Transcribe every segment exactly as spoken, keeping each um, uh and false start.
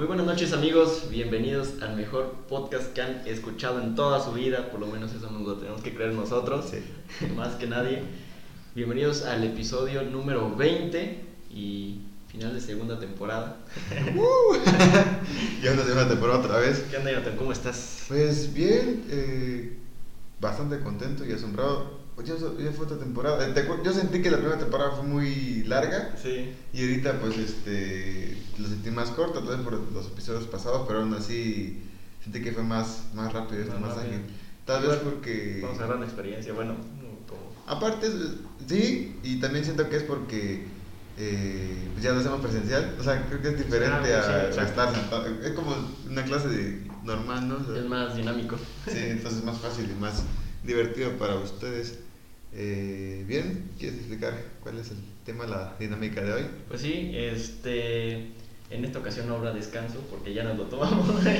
Muy buenas noches amigos, bienvenidos al mejor podcast que han escuchado en toda su vida, por lo menos eso nos lo tenemos que creer nosotros, sí. Más que nadie. Bienvenidos al episodio número veinte y final de segunda temporada. Uh, ya una segunda temporada otra vez. ¿Qué onda, Jonathan? ¿Cómo estás? Pues bien, eh, bastante contento y asombrado. Ya, ya fue otra temporada. Eh, te acuer- Yo sentí que la primera temporada fue muy larga. Sí. Y ahorita pues este lo sentí más corto, tal vez por los episodios pasados, pero aún así sentí que fue más, más rápido, esto, Más más rápido. ágil. Tal Igual, vez porque... Vamos a agarrar una experiencia, bueno, como... Aparte, sí, y también siento que es porque eh, pues ya lo hacemos presencial, o sea, creo que es diferente Ah, sí, a, a exacto. estar sentado. Es como una clase de normal, ¿no? O sea, es más dinámico. sí, entonces es más fácil y más divertido para ustedes. Eh, bien, ¿quieres explicar cuál es el tema, la dinámica de hoy? Pues sí, este... En esta ocasión no habrá descanso porque ya nos lo tomamos. Así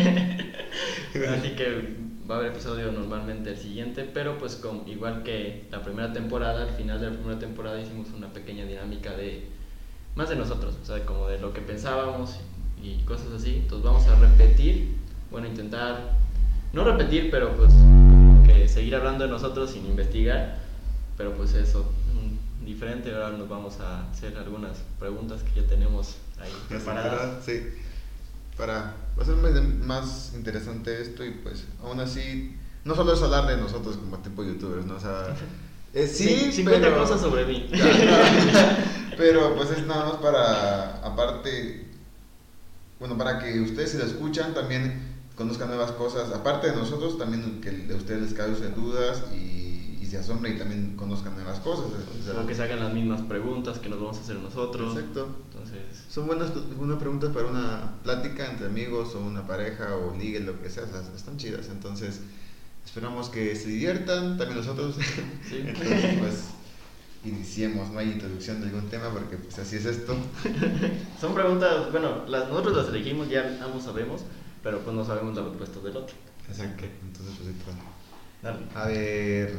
que va a haber episodio normalmente el siguiente, pero pues con, igual que la primera temporada, al final de la primera temporada hicimos una pequeña dinámica de más de nosotros, o sea, como de lo que pensábamos y cosas así. Entonces vamos a repetir, bueno, intentar, no repetir, pero pues como que seguir hablando de nosotros sin investigar, pero pues eso, mm, diferente. Ahora nos vamos a hacer algunas preguntas que ya tenemos ahí preparadas. Sí, para hacer más, más interesante esto y pues aún así, no solo es hablar de nosotros como tipo youtubers, ¿no? O sea, eh, sí, cincuenta pero... cosas sobre mí. Pero pues es nada más para, aparte, bueno, para que ustedes si lo escuchan también conozcan nuevas cosas, aparte de nosotros, también que de ustedes les causen dudas y, y se asombren y también conozcan nuevas cosas. O sea, O que se hagan las mismas preguntas que nos vamos a hacer nosotros. exacto. Entonces, Son buenas, buenas preguntas para una plática entre amigos o una pareja o ligue, lo que sea, o sea, están chidas. Entonces, esperamos que se diviertan, también nosotros. sí. Entonces, pues, iniciemos, no hay introducción de algún tema porque pues así es esto. Son preguntas, bueno, las, nosotros las elegimos, ya ambos sabemos, pero pues no sabemos la respuesta del otro. Exacto. Entonces, pues, pues, Dale. a ver...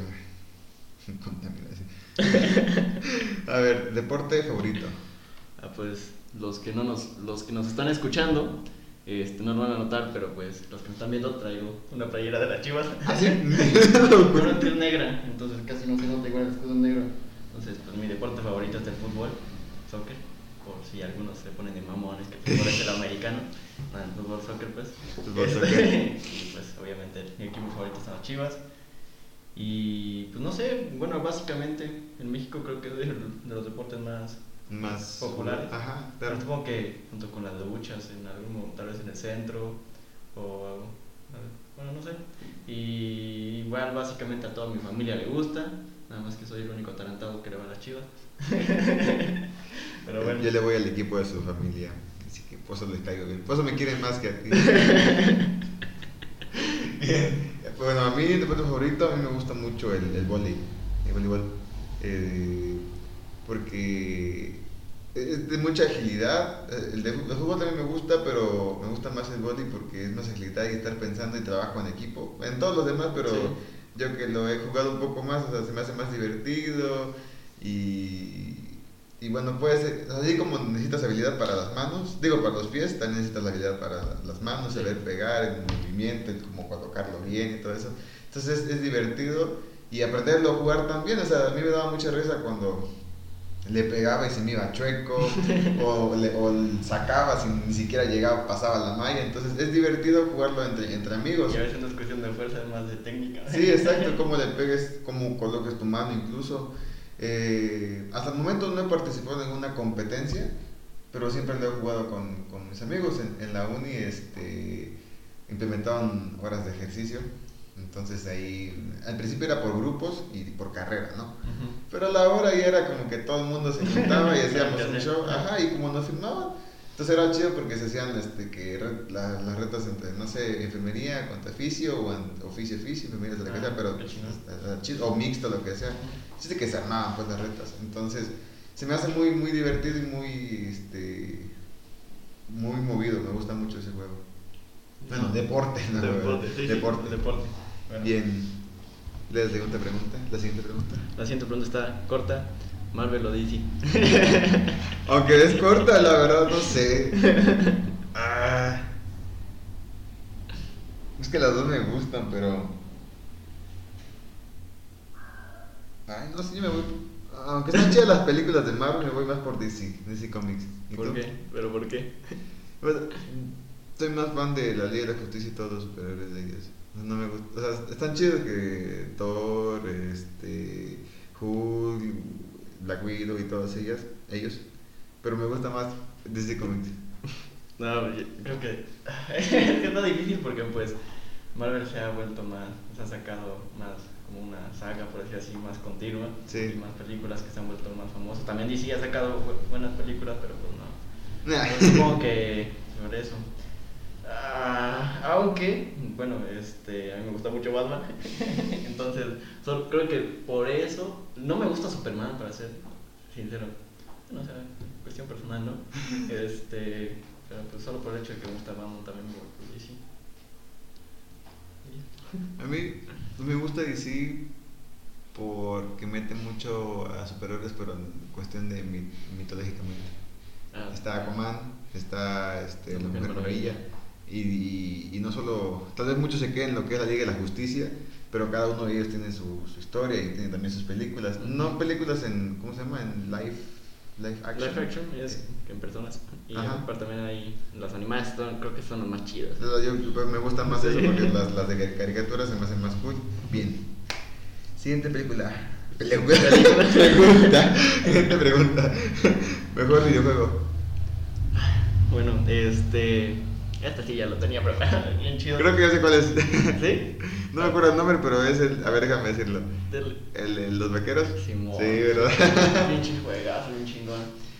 A ver, deporte favorito. Ah, pues los que no nos, los que nos están escuchando, este, no lo van a notar, pero pues los que me están viendo traigo una playera de las Chivas. ¿Ah, sí? Bueno, es negra, entonces casi no se nota, igual el escudo es negro. Entonces, pues mi deporte favorito es el fútbol, soccer, por si algunos se ponen de mamones que el fútbol es el americano. No, el fútbol, soccer, pues. Fútbol, Este, soccer. Y pues obviamente mi equipo favorito son las Chivas. Y pues no sé, bueno, básicamente en México creo que es de, de los deportes más Más populares. Ajá, Pero claro. supongo que junto con las luchas, en algún, tal vez en el centro, o bueno, no sé. Y igual básicamente a toda mi familia le gusta, nada más que soy el único atarantado que le va a las Chivas. Pero bueno. Yo le voy al equipo de su familia, así que por eso les caigo bien. Por eso me quieren más que a ti. Bien. Bueno, a mí el deporte favorito, a mí me gusta mucho el, el vóley, el voleibol, eh, porque es de mucha agilidad. El de el fútbol también me gusta, pero me gusta más el vóley porque es más agilidad y estar pensando y trabajo en equipo. En todos los demás, pero Sí. yo que lo he jugado un poco más, o sea, se me hace más divertido y... Y bueno, pues así como necesitas habilidad para las manos, digo para los pies, también necesitas la habilidad para las manos, Sí. saber pegar, el movimiento, el cómo colocarlo bien y todo eso. Entonces es, es divertido y aprenderlo a jugar también. O sea, a mí me daba mucha risa cuando le pegaba y se me iba chueco o, le, o sacaba sin ni siquiera llegaba, pasaba la malla. Entonces es divertido jugarlo entre, entre amigos. Y a veces no es cuestión de fuerza, es más de técnica. Sí, exacto, cómo le pegues, cómo coloques tu mano incluso. Eh, hasta el momento no he participado en ninguna competencia, pero siempre lo he jugado con, con mis amigos. En, en la uni este, implementaban horas de ejercicio, entonces ahí al principio era por grupos y por carrera, ¿no? Uh-huh. Pero a la hora ya era como que todo el mundo se juntaba y hacíamos un hacer. show, ajá, y como nos filmaban. Entonces era chido porque se hacían este, que re, la, las retas entre, no sé, enfermería contra oficio o en, oficio, oficio, enfermería, lo que Ah, sea, pero qué chingón. era chido, o mixto, lo que sea. Chiste que se armaban pues las retas. Entonces se me hace muy, muy divertido y muy, este, muy movido. Me gusta mucho ese juego. Bueno, deporte, ¿no? Deporte, sí, sí, deporte. deporte. Bueno. Bien. La siguiente pregunta. La siguiente pregunta. La siguiente pregunta está corta. Marvel o D C. Aunque es corta, la verdad no sé. Ah, es que las dos me gustan, pero... Ay, no sé, yo me voy... Aunque están chidas las películas de Marvel, me voy más por D C, D C Comics. ¿Y ¿Por tú? qué? ¿Pero por qué? Bueno, soy más fan de la Liga de la Justicia y todos los superhéroes de ellos. No me gusta, o sea, están chidos que Thor, este, Hulk, Black Widow y todas ellas, ellos, pero me gusta más D C Comics. No, yo creo que es que está difícil porque pues Marvel se ha vuelto más, se ha sacado más como una saga, por decir así, más continua, Sí. y más películas que se han vuelto más famosas. También D C ha sacado bu- buenas películas, pero pues no. Nah. Yo supongo que por eso. Ah, aunque, bueno, este, a mí me gusta mucho Batman, entonces solo creo que por eso no me gusta Superman, para ser sincero. No, o sea, cuestión personal, ¿no? Este, pero pues solo por el hecho de que me gusta Batman también me voy por D C. A mí me gusta D C porque mete mucho a superhéroes, pero en cuestión de mit mitológicamente. Ah, Está Aquaman, está este, La la Mujer Mujer Maravilla, y, y, y no solo, tal vez muchos se queden en lo que es la Liga de la Justicia, pero cada uno de ellos tiene su, su historia y tiene también sus películas. No películas en, ¿cómo se llama? En live, live action. Live action es que en personas. Y Ajá. aparte también hay las animadas, son- creo que son las más chidas. Yo, yo- me gustan más Sí. eso porque las, las de caricaturas se me hacen más cool. Bien. Siguiente película. Película. Pregunta. Siguiente pregunta. Mejor videojuego. Bueno, este. Este sí ya lo tenía preparado, bien chido. Creo que ya sé cuál es. ¿Sí? No me acuerdo el nombre, pero es el. A ver, déjame decirlo. Del. El, el- los vaqueros. Simón. Sí, ¿verdad? Pinche juegazo, bien chingón.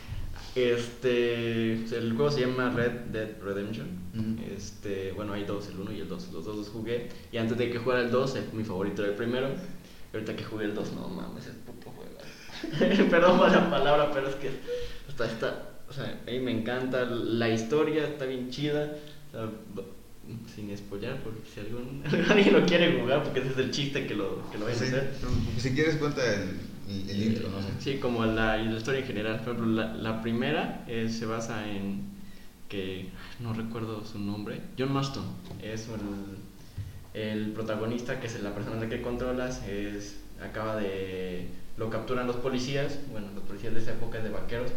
Este. El juego se llama Red Dead Redemption. Ujú. Este. Bueno, hay dos, el uno y el dos. Los dos los jugué. Y antes de que jugara el dos, mi favorito era el primero. Y ahorita que jugué el dos, no mames, es puto juegazo. Perdón por la palabra, pero es que. Está, está. O sea, a mí me encanta. La historia está bien chida. O sea, sin spoiler, porque si algún, alguien lo quiere jugar, porque ese es el chiste que lo, que lo vayan Sí. a hacer. Si quieres, cuenta el, el, el intro, no sé. Sí, como la, y la historia en general. Por ejemplo, la, la primera eh, se basa en que no recuerdo su nombre. John Marston es el, el protagonista, que es la persona a la que controlas. Es, acaba de. Lo capturan los policías, bueno, los policías de esa época de vaqueros,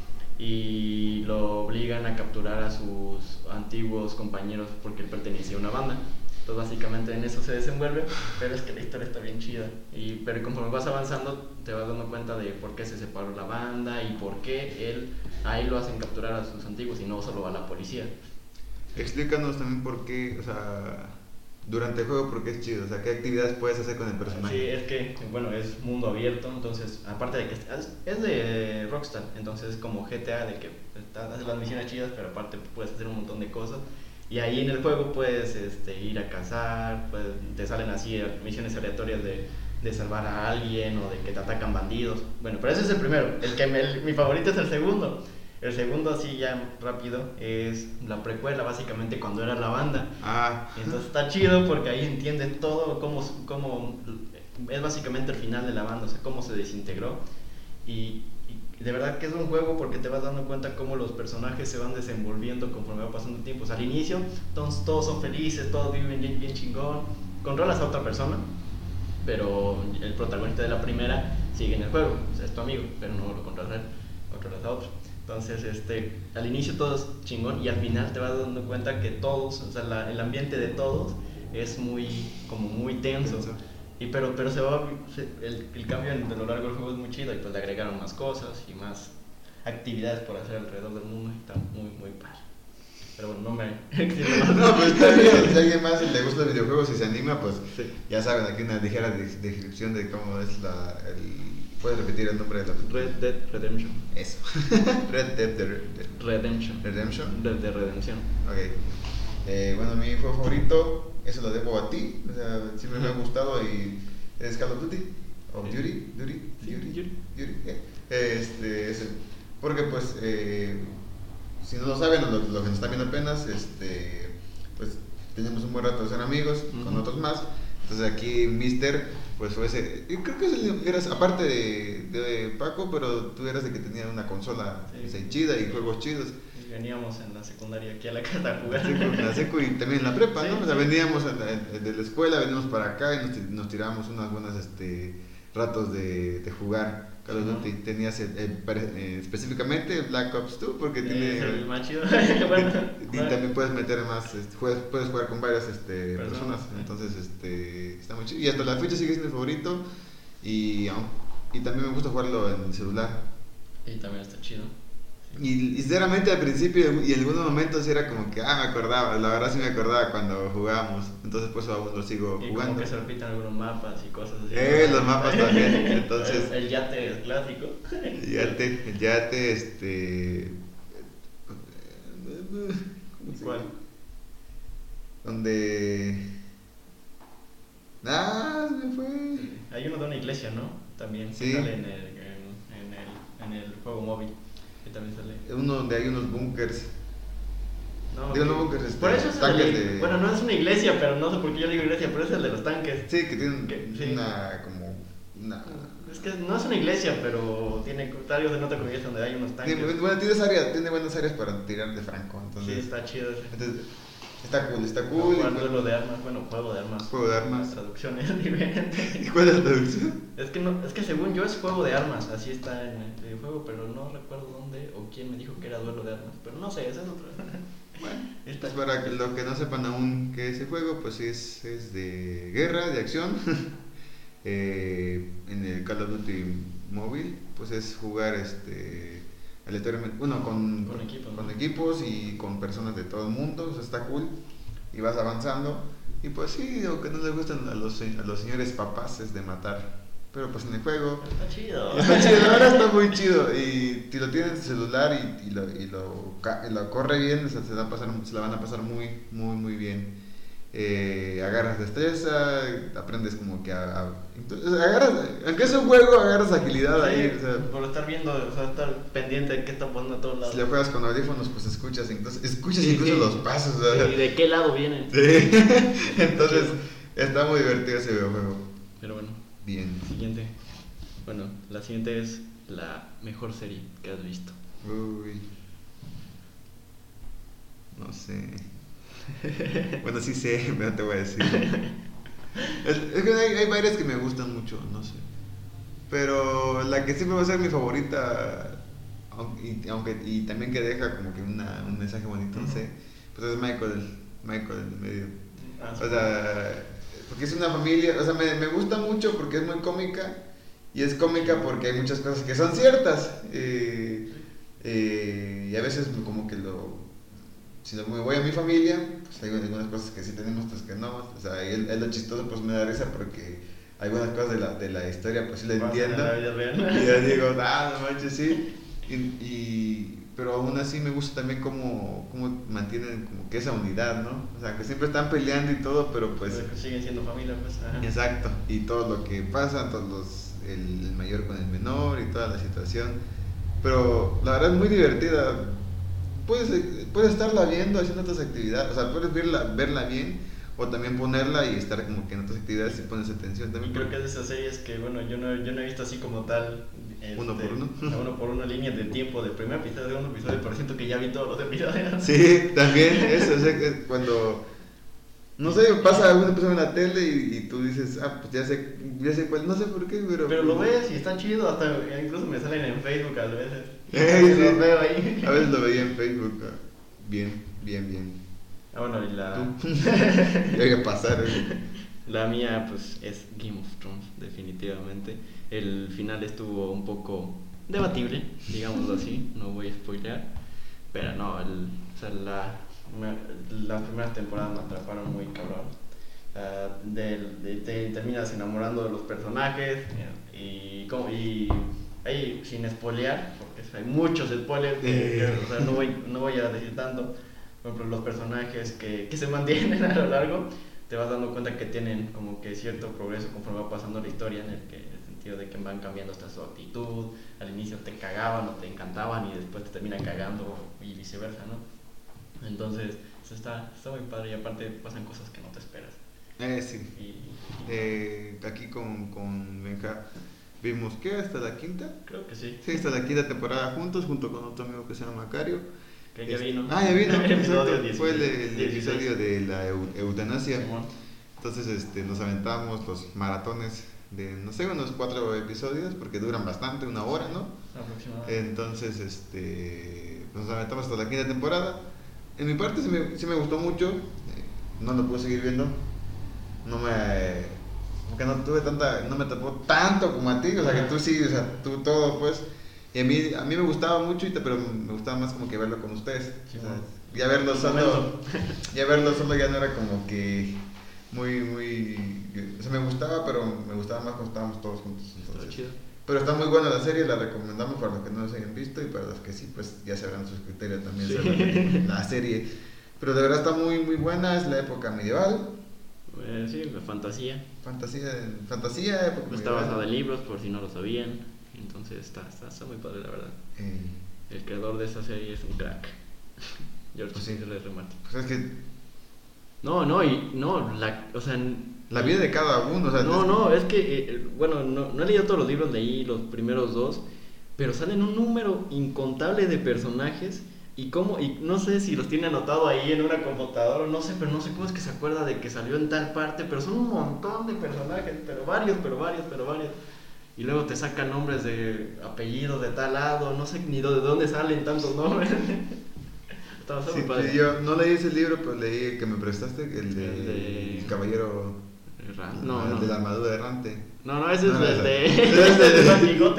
y lo obligan a capturar a sus antiguos compañeros porque él pertenecía a una banda. Entonces básicamente en eso se desenvuelve, pero es que la historia está bien chida. Y, pero conforme vas avanzando te vas dando cuenta de por qué se separó la banda y por qué él, a él lo hacen capturar a sus antiguos y no solo a la policía. Explícanos también por qué, o sea, durante el juego, por qué es chido, o sea, qué actividades puedes hacer con el personaje. Sí, es que, bueno, es mundo abierto, entonces, aparte de que es, es de Rockstar, entonces es como G T A, de que haces las misiones chidas, pero aparte puedes hacer un montón de cosas. Y ahí en el juego puedes este, ir a cazar, pues, te salen así misiones aleatorias de, de salvar a alguien o de que te atacan bandidos. Bueno, pero ese es el primero, el que me, el, mi favorito es el segundo. El segundo, así ya rápido, es la precuela, básicamente cuando era la banda. Ah, Entonces está chido porque ahí entienden todo, cómo, cómo es básicamente el final de la banda, o sea, cómo se desintegró. Y, y de verdad que es un juego porque te vas dando cuenta cómo los personajes se van desenvolviendo conforme va pasando el tiempo. O sea, al inicio todos, todos son felices, todos viven bien, bien chingón, controlas a otra persona, pero el protagonista de la primera sigue en el juego, o sea, es tu amigo, pero no lo controlas a él, controlas a otro. Entonces, este, al inicio todo es chingón y al final te vas dando cuenta que todos, o sea, la, el ambiente de todos es muy, como muy tenso. Tenso. Y pero, pero se va, se- el, el cambio en- de lo largo del juego es muy chido y pues le agregaron más cosas y más actividades por hacer alrededor del mundo y está muy, muy padre. Pero bueno, no me extiendo más. no, pues está bien, si a alguien más le gusta los videojuegos y se anima, pues Sí. ya saben, aquí una ligera de- descripción de cómo es la, el... ¿Puedes repetir el nombre de la película? Red Dead Redemption. Eso. Red Dead de- de- Redemption. Redemption. Red Dead Redemption. Ok. Eh, bueno, mi juego favorito, eso lo debo a ti. O sea, siempre me ha gustado y es Call of Duty. O Sí. Duty. Duty. Sí, Duty. Duty. Duty, eh. Este, es el- porque pues, eh, si no lo saben, los los que nos están viendo apenas, este, pues tenemos un buen rato de ser amigos con Ujú. otros más. Entonces aquí Mister, pues fue ese, yo creo que es el- eras aparte de, de Paco, pero tú eras el que tenía una consola Sí. ese, chida y juegos chidos. sí, veníamos en la secundaria aquí a la casa a jugar. La secu, la secu y también en la prepa, Sí, ¿no? O sea, sí. veníamos en la- en- de la escuela, veníamos para acá y nos, ti- nos tirábamos unas buenas este, ratos de, de jugar Call of Sí, Duty. ¿no? Tenías el- el pare- eh, específicamente Black Ops dos porque tiene... Es el más chido. y- Bueno, y bueno. también puedes meter más, este, puedes, puedes jugar con varias este, Personas, personas, sí. entonces este, está muy chido. Y hasta la fecha sigue siendo mi favorito y, aun- y también me gusta jugarlo en el celular. Y también está chido. Y, y sinceramente al principio y en algunos momentos sí era como que, ah, me acordaba, la verdad sí me acordaba cuando jugábamos, entonces pues aún lo sigo Y jugando. como que se repiten algunos mapas y cosas así. Eh, los mapas también, entonces... El, el yate es clásico. El yate, el yate, este... ¿Cómo se ¿Cuál? llama? Donde... Ah, se me fue. Hay uno de una iglesia, ¿no? También que Sí. sale en el, en, en el, en el juego móvil. Que también sale. Uno donde hay unos bunkers. No, Digo, que- no bunkers, este, por eso es el tanques de, de- Bueno, no es una iglesia, pero no sé por qué yo digo iglesia, pero es el de los tanques. Sí, que tienen Que- sí. una como... Una... Es que no es una iglesia, pero tiene varios de nota iglesia donde hay unos tanques. Tiene, bueno, tienes áreas, tiene buenas áreas para tirar de franco, Sí, entonces... está chido ese. entonces está cool, está No, cool. jugar y- duelo de armas, bueno, juego de armas. Juego de armas. La traducción es diferente. ¿Y cuál es la traducción? Es que, no, es que según yo es juego de armas, así está en el juego, pero no recuerdo dónde o quién me dijo que era duelo de armas. Pero no sé, ese es otro. Bueno, Está- pues para que lo que no sepan aún que ese juego, pues es, es de guerra, de acción. Eh, en el Call of Duty móvil, pues es jugar este aleatoriamente, bueno, con, Con equipos, con ¿no? equipos y con personas de todo el mundo, o sea, está cool. Y vas avanzando. Y pues sí, aunque no le gustan a los, se- a los señores papás es de matar. Pero pues en el juego Está chido. está chido, la verdad está muy chido. Y si lo tienes en celular y, y, lo, y, lo, ca- y lo corre bien, o sea, se, la pasar, se la van a pasar muy, muy, muy bien. Eh, agarras destreza, aprendes como que a, a- entonces, agarras, aunque es un juego, agarras agilidad ahí. O sea, por estar viendo, o sea, estar pendiente de qué está pasando a todos lados. si lo juegas con audífonos, pues escuchas, entonces, escuchas Sí, incluso sí. los pasos. o sea, ¿Y de qué lado vienen? sí. Entonces, está muy divertido ese videojuego. Pero bueno, Bien. siguiente. Bueno, la siguiente es la mejor serie que has visto. Uy. No sé. Bueno, sí sé, pero no te voy a decir. Es, es que hay, hay varias que me gustan mucho, no sé. Pero la que siempre va a ser mi favorita, aunque, y, aunque, y también que deja como que una, un mensaje bonito, no sé, pues es Michael, Michael en medio. Ah, O sea, porque es una familia, o sea, me, me gusta mucho porque es muy cómica. Y es cómica porque hay muchas cosas que son ciertas. Eh, eh, y a veces como que lo... Si me voy a mi familia, pues hay algunas cosas que sí tenemos, otras que no. O sea, y es, es lo chistoso, pues me da risa porque algunas cosas de la, de la historia pues sí la Pasan en entiendo. la vida real. Y yo digo, ah, no manches, sí. Y, y- pero aún así me gusta también cómo, cómo mantienen como que esa unidad, ¿no? O sea, que siempre están peleando y todo, pero pues... Pero que siguen siendo familia, pues. Ajá. Exacto, y todo lo que pasa, todos los, el, el mayor con el menor y toda la situación. Pero la verdad es muy divertida. Puedes, puedes estarla viendo haciendo otras actividades, o sea, puedes verla, verla bien o también ponerla y estar como que en otras actividades y pones atención también. Creo que es de esas series que, bueno, yo no, yo no he visto así como tal. este, Uno por uno. Uno por uno, líneas de tiempo, de primer episodio, segundo episodio, pero siento que ya vi todos los episodios. Sí, también eso, o sea, que cuando... No sé, pasa algún episodio en la tele y, y tú dices, ah, pues ya sé, ya sé cuál, no sé por qué, pero... Pero lo ves y está chido, hasta incluso me salen en Facebook a veces. Eh, Y sí. los veo ahí. A veces lo veía en Facebook. ah, Bien, bien, bien. Ah, bueno, y la, ¿Tú? Hay que pasar. eh. la mía, pues, es Game of Thrones, definitivamente. El final estuvo un poco debatible, digámoslo así, no voy a spoilear. Pero no, el, o sea, la, me- las primeras temporadas me atraparon muy cabrón. Ah, del- de- te terminas enamorando de los personajes y, como, y ahí, sin spoilear, porque hay muchos spoilers, que- que, o sea, no, voy, no voy a decir tanto. Por ejemplo, los personajes que, que se mantienen a lo largo, te vas dando cuenta que tienen como que cierto progreso conforme va pasando la historia, en el, que, en el sentido de que van cambiando hasta su actitud. Al inicio te cagaban o te encantaban y después te terminan cagando y viceversa, ¿no? Entonces, eso está, está muy padre y aparte pasan cosas que no te esperas. Eh, sí. Y, y Eh, aquí con, con Benja vimos que hasta la quinta. creo que sí. Sí, hasta la quinta temporada juntos, junto con otro amigo que se llama Macario. Que ya vino. Ah, ya vino. El episodio Exacto, fue el, el dieciséis. episodio de la eu- eutanasia. Simón. Entonces este, nos aventamos los maratones de, no sé, unos cuatro episodios, porque duran bastante, una hora, ¿no? Aproximadamente. Entonces, este, nos aventamos hasta la quinta temporada. En mi parte sí me, sí me gustó mucho, eh, no lo pude seguir viendo, no me, porque no tuve tanta, no me tapó tanto como a ti, o sea, que tú sí, o sea, tú todo, pues, y a mí, a mí me gustaba mucho, y te- pero me gustaba más como que verlo con ustedes, Sí, o sea, bueno. ya verlo Un solo, momento. ya verlo solo ya no era como que muy, muy, o sea, me gustaba, pero me gustaba más cuando estábamos todos juntos, Estaba entonces. chido. Pero está muy buena la serie, la recomendamos para los que no los hayan visto y para los que sí, pues ya sabrán sus criterios también Sí. sobre la serie. Pero de verdad está muy muy buena, es la época medieval, Eh, sí, la fantasía. fantasía, fantasía, época Está medieval. basada en libros, por si no lo sabían. Entonces está, está, está muy padre, la verdad. Eh, El creador de esa serie es un crack. George Pues sí. R. R. Martin. pues es que No, no, y no, la, o sea, la vida de cada uno, o sea, no, es- no, es que, eh, bueno, no, no he leído todos los libros, leí los primeros dos, pero salen un número incontable de personajes y cómo, y no sé si los tiene anotado ahí en una computadora, no sé, pero no sé cómo es que se acuerda de que salió en tal parte, pero son un montón de personajes, pero varios, pero varios, pero varios. Y luego te sacan nombres de apellidos de tal lado, no sé ni de dónde salen tantos nombres. Está está sí, muy padre. sí, yo no leí ese libro, pero leí el que me prestaste, el de, El de- el caballero, Errante. el No, no. de la armadura errante. No, no, ese es No, el ese- de. ese es el el- de Don Quijote,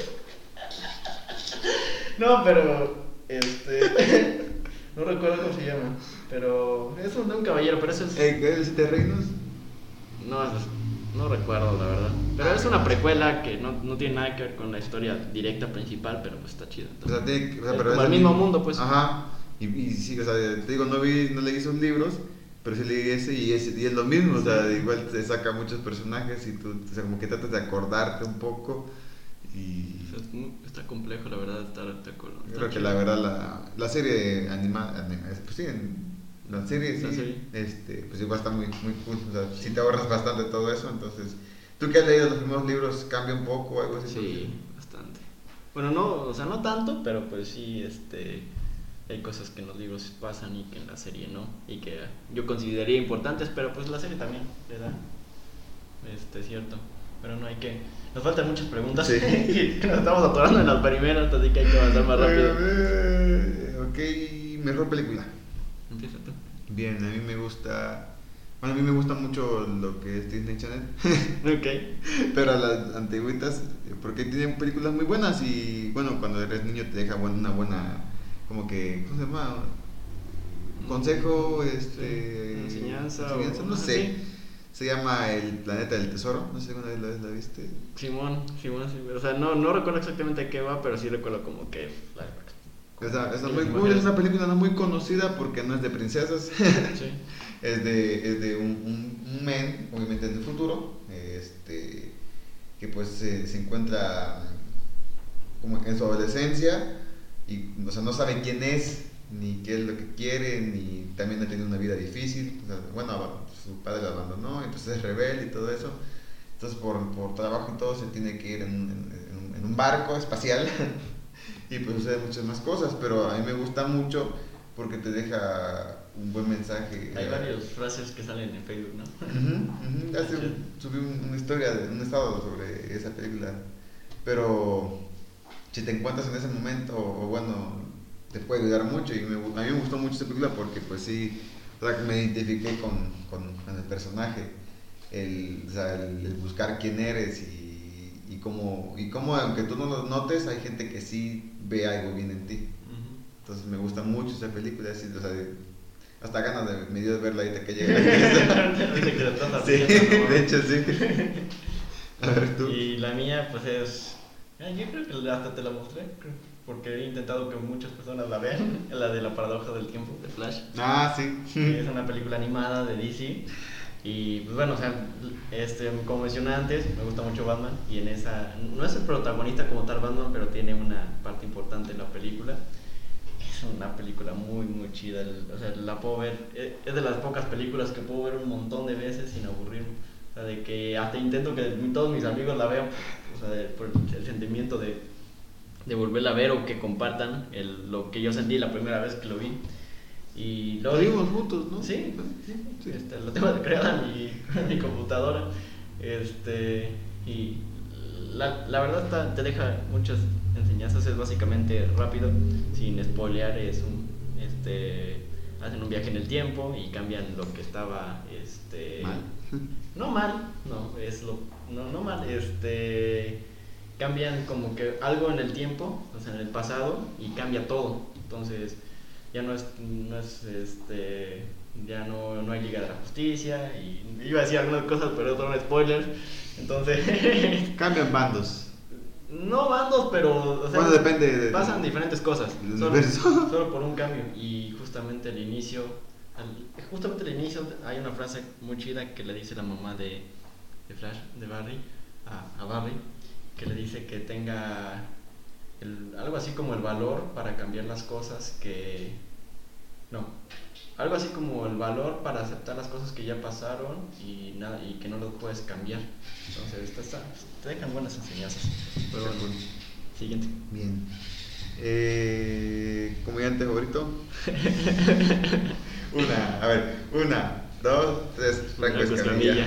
¿no? No, pero. Este. No recuerdo cómo se llama. Pero. Es un de un caballero, pero eso es. Eh, ¿El Siete Reinos? No, eso es- no recuerdo, la verdad. Pero es una precuela que no, no tiene nada que ver con la historia directa principal, pero pues está chida. O sea, tiene- o sea, Es pero como es el mismo mundo, pues. Ajá. Y, y sí, o sea, te digo, no vi, no leí esos libros, pero sí leí ese y, ese y es lo mismo, o sea, igual te saca muchos personajes y tú, o sea, como que tratas de acordarte un poco y O sea, es muy- está complejo, la verdad, estar de acuerdo. yo Está creo que chido. la verdad la, la serie animada, pues sí, en- la serie sí, La serie. este, pues igual está muy, muy cool, o sea, sí te ahorras bastante todo eso, entonces, tú que has leído los primeros libros, ¿cambia un poco o algo así? Sí, bastante. Bueno, no, o sea, no tanto, pero pues sí, este, hay cosas que en los libros pasan y que en la serie no, y que yo consideraría importantes, pero pues la serie también le da, este, cierto. Pero no hay que, nos faltan muchas preguntas, Sí. y nos estamos atorando en las primeras, así que hay que avanzar más rápido. Eh, ok, mejor película. Empieza tú. Bien, a mí me gusta. Bueno, a mí me gusta mucho lo que es Disney Channel, Ok. pero las antiguitas, eh, porque tienen películas muy buenas y, bueno, cuando eres niño te deja buen- una buena, como que, ¿cómo se llama? Consejo, este. Sí, enseñanza enseñanza, o- no ajá, sé. sí. Se llama El Planeta del Tesoro, no sé si alguna vez la, la viste. Simón, Simón, sí, o sea, no, no recuerdo exactamente de qué va, pero sí recuerdo como que... Esa, esa Sí, muy sí, cool, sí. es una película no muy conocida porque no es de princesas. Sí. Es de, es de un, un, un men, obviamente en el futuro, este, que pues se, se encuentra como en su adolescencia y, o sea, no sabe quién es, ni qué es lo que quiere, ni también ha tenido una vida difícil. O sea, bueno, su padre la abandonó, entonces es rebelde y todo eso. Entonces por, por trabajo y todo se tiene que ir en, en, en, en un barco espacial y pues suceden muchas más cosas, pero a mí me gusta mucho porque te deja un buen mensaje. Hay varias frases que salen en Facebook, ¿no? Uh-huh, uh-huh. Hace un- subí un- una historia, de, un estado sobre esa película, pero si te encuentras en ese momento, o, o bueno, te puede ayudar mucho y me, gu- a mí me gustó mucho esa película porque pues sí, o sea, me identifiqué con, con, con el personaje, el, o sea, el, el buscar quién eres y, y cómo, y cómo aunque tú no lo notes, hay gente que sí ve algo bien en ti. Entonces me gusta mucho esa película, así, o sea, de- hasta ganas de, me dio de verla ahorita que llega. Ahorita que la estás Sí, abriendo, ¿no? de hecho sí. A ver tú. Y la mía, pues es. ah, Yo creo que hasta te la mostré, creo, porque he intentado que muchas personas la vean. La de la paradoja del tiempo, de Flash. Ah, sí. Que es una película animada de D C. Y pues bueno, o sea, este, como mencioné antes, me gusta mucho Batman. Y en esa. No es el protagonista como tal Batman, pero tiene una parte importante en la película. Es una película muy, muy chida. el- O sea, la puedo ver. eh, Es de las pocas películas que puedo ver un montón de veces sin aburrirme. O sea, de que hasta intento que todos mis amigos la vean. O sea, de- por el sentimiento de, de volverla a ver o que compartan el, lo que yo sentí la primera vez que lo vi. Y lo vimos juntos, ¿no? Sí, sí, sí. Este, lo tengo creado en mi, en mi computadora. Este, y la, la verdad ta, te deja muchas enseñanzas. Es básicamente rápido, sin spoilear. Es un, este, hacen un viaje en el tiempo y cambian lo que estaba este, mal. No mal, no, es lo, no, no mal. Este, cambian como que algo en el tiempo, o sea, en el pasado, y cambia todo. Entonces ya no es, no es este, ya no, no hay Liga de la Justicia, y iba a decir algunas cosas, pero son spoilers, entonces... Cambian bandos. No bandos, pero... O sea, bueno, depende de... Pasan diferentes cosas, solo, solo por un cambio, y justamente al inicio, al, justamente al inicio hay una frase muy chida que le dice la mamá de, de Flash, de Barry, a, a Barry, que le dice que tenga... El, algo así como el valor para cambiar las cosas que... No, algo así como el valor para aceptar las cosas que ya pasaron y, nada, y que no lo puedes cambiar. Entonces, esta, esta, te dejan buenas enseñanzas. Pero bueno, siguiente. Bien. Eh, ¿Comediante favorito? Una, a ver, una, dos, tres, Franco Escamilla.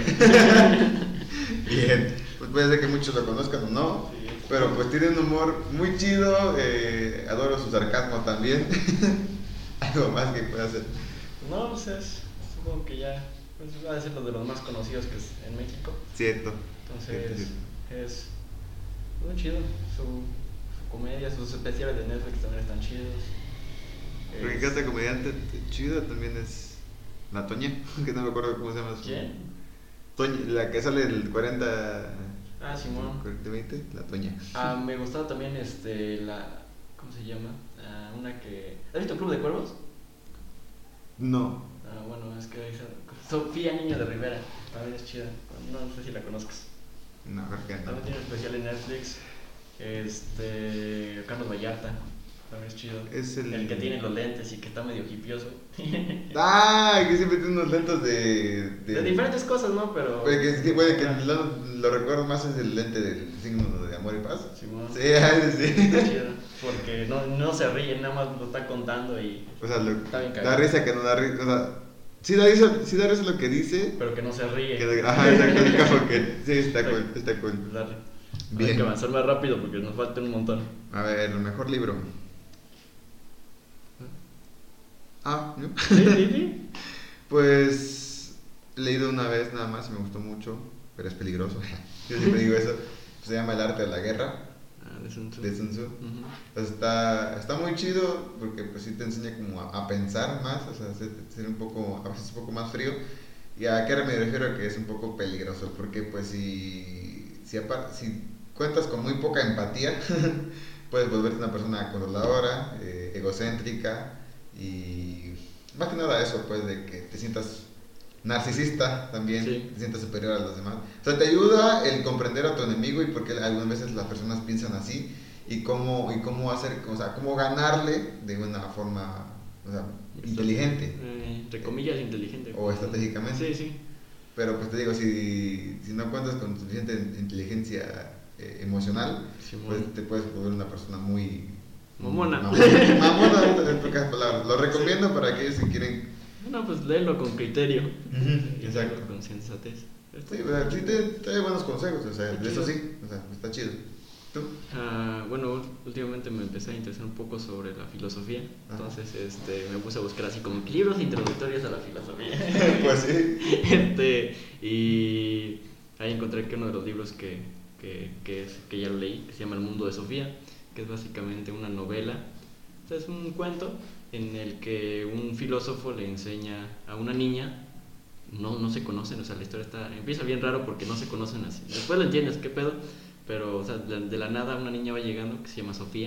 Bien, pues puede ser que muchos lo conozcan o no. Sí. Pero pues tiene un humor muy chido, eh, adoro su sarcasmo también. Algo más que pueda hacer. No, pues es, supongo que ya pues, va a ser lo de los más conocidos que es en México. Cierto. Entonces cierto, cierto. es muy chido. Su, su comedia, sus especiales de Netflix también están chidos. Porque es... cada comediante chido también es la Toña, que no me acuerdo cómo se llama. Su... ¿Quién? Toña, la que sale el cuarenta... Ah, Simón. cuarenta veinte, la Toña. Ah, me gustaba también este, la... ¿Cómo se llama? Ah, una que... ¿Has visto Club de Cuervos? No. Ah, bueno, es que dice Sofía Niño de Rivera, también es chida, no, no sé si la conozcas. No, creo que no. También tiene especial en Netflix. Este... Carlos Vallarta, también es chido. Es el... el que tiene los lentes y que está medio hipioso. Ah, que siempre tiene unos lentes de... De, de diferentes cosas, ¿no? Pero... Puede que, que, puede que lo, lo recuerdo más es el lente del signo de amor y paz. Sí, bueno. Sí, sí. Está chido, porque no, no se ríe, nada más lo está contando y... O sea, lo, está bien da risa que no da risa, o sea... Sí da, risa, sí da risa lo que dice, pero que no se ríe. Que, ajá, exacto, como que sí, está cool, está cool. Dale. Bien. Hay que avanzar más rápido porque nos falta un montón. A ver, el mejor libro. Ah, ¿no? Sí, sí, sí. Pues he leído una vez nada más y me gustó mucho, pero es peligroso. Yo siempre digo eso. Se llama El arte de la guerra. Ah, de Sun Tzu. De Sun Tzu. Uh-huh. Pues está, está muy chido porque pues sí te enseña como a, a pensar más, o sea, ser, ser un poco, a veces un poco más frío. ¿Y a qué me refiero? A que es un poco peligroso porque pues si, si, aparte, si cuentas con muy poca empatía, puedes volverte una persona controladora, eh, egocéntrica y más que nada eso, pues de que te sientas narcisista también, sí. Te sientas superior a los demás. O sea, te ayuda el comprender a tu enemigo y porque algunas veces las personas piensan así y cómo, y cómo hacer, o sea, cómo ganarle de una forma, o sea, inteligente. Eh, entre comillas, eh, inteligente. O estratégicamente. Sí, sí. Pero pues te digo, si, si no cuentas con suficiente inteligencia eh, emocional, sí, pues te puedes volver una persona muy... Mamona. Mamona, mamona en pocas palabras. Lo recomiendo sí. Para aquellos que quieren... No, pues léelo con criterio. Uh-huh, exacto. Con sensatez. Sí, o sea, sí te, te da buenos consejos, o sea, eso sí, o sea, está chido. ¿Tú? Uh, bueno, últimamente me empecé a interesar un poco sobre la filosofía, ah. Entonces este, me puse a buscar así como libros introductorios a la filosofía. Pues sí. Este, y ahí encontré que uno de los libros que, que, que, es, que ya lo leí, que se llama El mundo de Sofía, que es básicamente una novela, o sea, es un cuento en el que un filósofo le enseña a una niña, no, no se conocen, o sea, la historia está, empieza bien raro porque no se conocen así, después lo entiendes, qué pedo, pero o sea, de, de la nada una niña va llegando que se llama Sofía,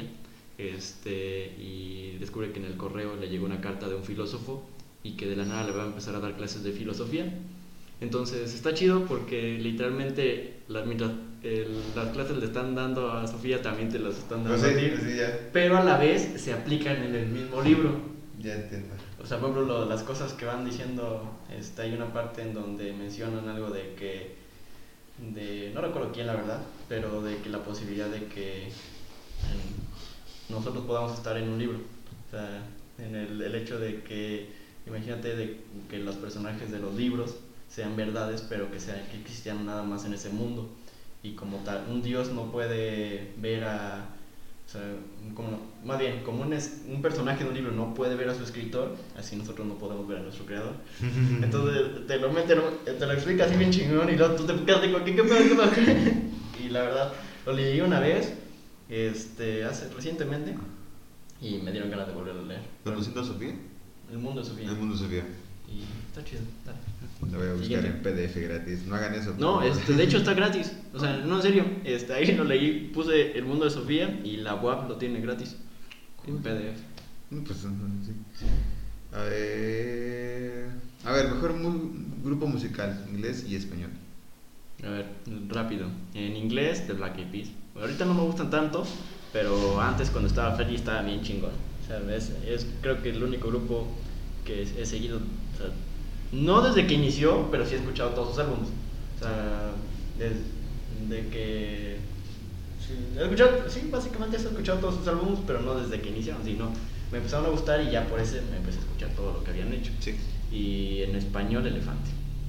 este, y descubre que en el correo le llegó una carta de un filósofo y que de la nada le va a empezar a dar clases de filosofía. Entonces está chido porque literalmente la, mientras el, las clases le están dando a Sofía también te las están dando pues sí, a ti, pues sí, ya. Pero a la vez se aplican en el mismo libro. Ya entiendo. O sea, por ejemplo, lo, las cosas que van diciendo, este, hay una parte en donde mencionan algo de que, de, no recuerdo quién la verdad, pero de que la posibilidad de que, nosotros podamos estar en un libro. O sea, en el, el hecho de que, imagínate de que los personajes de los libros sean verdades, pero que, sea, que existían nada más en ese mundo. Y como tal, un dios no puede ver a... O sea, como, más bien, como un, es, un personaje de un libro no puede ver a su escritor, así nosotros no podemos ver a nuestro creador. Entonces te lo mete, te lo explica así bien chingón y luego tú te quedas de ¿qué, qué pedo, qué pedo? Y la verdad, lo leí una vez, este, hace, recientemente, y me dieron ganas de volverlo a leer. ¿Conociendo a Sofía? El mundo de Sofía. El mundo de Sofía. Y está chido, dale. Lo voy a buscar Siguiente. En P D F gratis. No hagan eso. No, este, de hecho está gratis. O sea, no, en serio. Este, ahí lo leí, puse El mundo de Sofía y la U A P lo tiene gratis. En P D F. Pues sí. A ver. A ver, mejor mu grupo musical, inglés y español. A ver, rápido. En inglés, The Black Eyed Peas. Ahorita no me gustan tanto, pero antes cuando estaba Fergie estaba bien chingón. O sea, es, es creo que el único grupo que he seguido. O sea, no desde que inició, pero sí he escuchado todos sus álbumes. O sea, desde de que... Sí, he escuchado, sí, básicamente he escuchado todos sus álbumes, pero no desde que iniciaron, sino me empezaron a gustar y ya por ese me empecé a escuchar todo lo que habían hecho. Sí. Y en español, Elefante.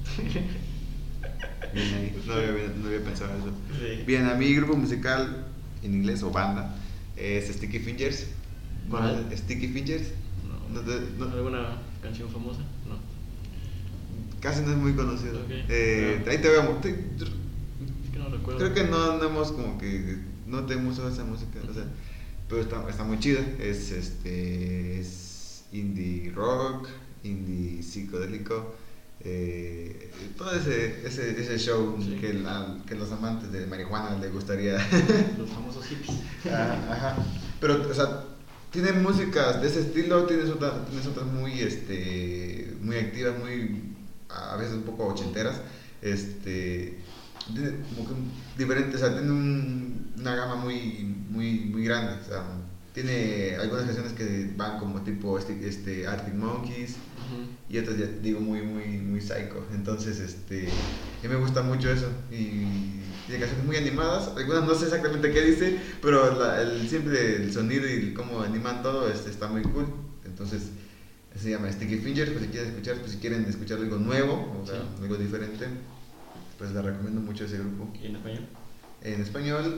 Bien ahí. No había, no había pensado eso. Sí. Bien, a mi grupo musical en inglés o banda es Sticky Fingers. ¿Cuál? Sticky Fingers. No. No, no. ¿Alguna canción famosa? No. Casi no es muy conocido. Okay. Eh, No. Ahí te veo. Te, Es que no recuerdo. creo que no, no hemos como que no te hemos usado esa música, o sea, pero está, está muy chida. Es este es indie rock, indie psicodélico, eh, todo ese, ese, ese show sí. que, la, que los amantes de marihuana les gustaría. Los famosos hippies. Ajá, ajá. Pero, o sea, tienen músicas de ese estilo, tienes otras, tienes otras muy, este, muy activas, muy, a veces un poco ochenteras, este, tiene como que diferente, o sea, tiene un, una gama muy, muy, muy grande, o sea, tiene algunas canciones que van como tipo este, este Arctic Monkeys uh-huh. y otras ya digo muy, muy, muy psycho, entonces, este, a mí me gusta mucho eso y tiene canciones muy animadas, algunas no sé exactamente qué dice, pero la, el, siempre el sonido y cómo animan todo este, está muy cool, entonces se llama Sticky Fingers, pues si quieren escuchar, pues si quieren escuchar algo nuevo, o sea, sí. algo diferente, pues les recomiendo mucho ese grupo. ¿Y en español? En español,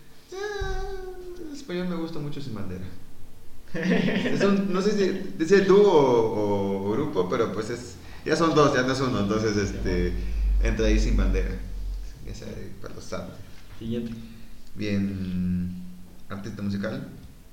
eh, en español me gusta mucho Sin Bandera. Es un, no sé si es el dúo o, o grupo, pero pues es, ya son dos, ya no es uno, entonces este, entra ahí Sin Bandera. Esa para los sábados. Siguiente. Bien, artista musical.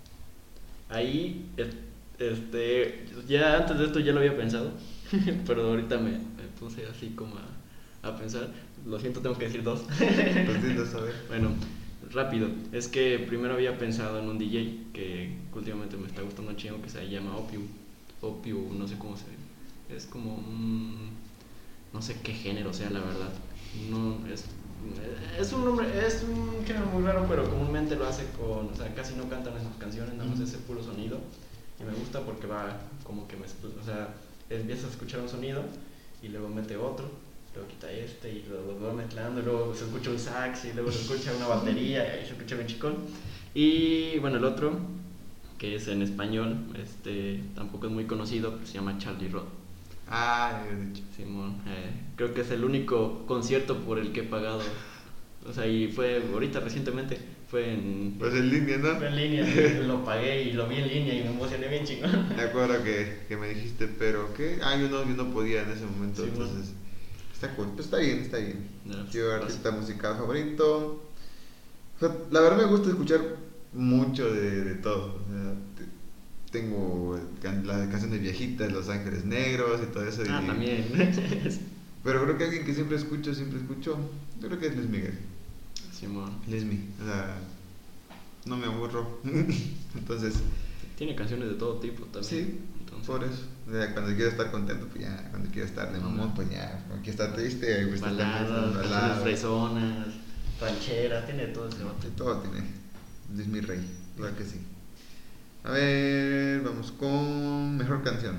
Ahí, este, ya antes de esto ya lo había pensado, pero ahorita me, me puse así como a, a pensar. Lo siento, tengo que decir dos. Pues dinos, a ver. Bueno, rápido. Es que primero había pensado en un D J que últimamente me está gustando un chingo que se llama Opium. Opium, no sé cómo se ve. Es como un, no sé qué género sea, la verdad. No es es un nombre, es un género muy raro, pero comúnmente lo hace con, o sea, casi no cantan en sus canciones, nada más es el puro sonido. Y me gusta porque va como que me, o sea, empiezas a escuchar un sonido y luego mete otro, luego quita este y luego lo va mezclando, y luego se escucha un sax y luego se escucha una batería y se escucha bien chicón. Y bueno, el otro, que es en español, este tampoco es muy conocido, pero se llama Charlie Roth. Ah, he dicho. Simón, eh, creo que es el único concierto por el que he pagado. O sea, y fue ahorita recientemente, fue en... Pues en línea, ¿no? Fue en línea, lo pagué y lo vi en línea y me emocioné bien chingón. Me acuerdo que, que me dijiste, pero ¿qué? Ah, yo no, yo no podía en ese momento, sí, entonces... Bueno. Está cool, pues está bien, está bien. No, yo artista musical favorito... O sea, la verdad me gusta escuchar mucho de, de todo. O sea, te, tengo las canciones viejitas, Los Ángeles Negros y todo eso. Ah, y, también. Pero creo que alguien que siempre escucho, siempre escucho, yo creo que es Luis Miguel. Simón. Luis Miguel, o sea, no me aburro. Entonces... Tiene canciones de todo tipo también. Sí, entonces, por eso. O sea, cuando quiero estar contento, pues ya. Cuando quiero estar de mamón, pues ya. Cuando quiero estar triste, pues baladas, baladas, fresonas, rancheras, tiene todo ese bote. Todo tiene. Luis mi rey, claro que sí. A ver, vamos con mejor canción.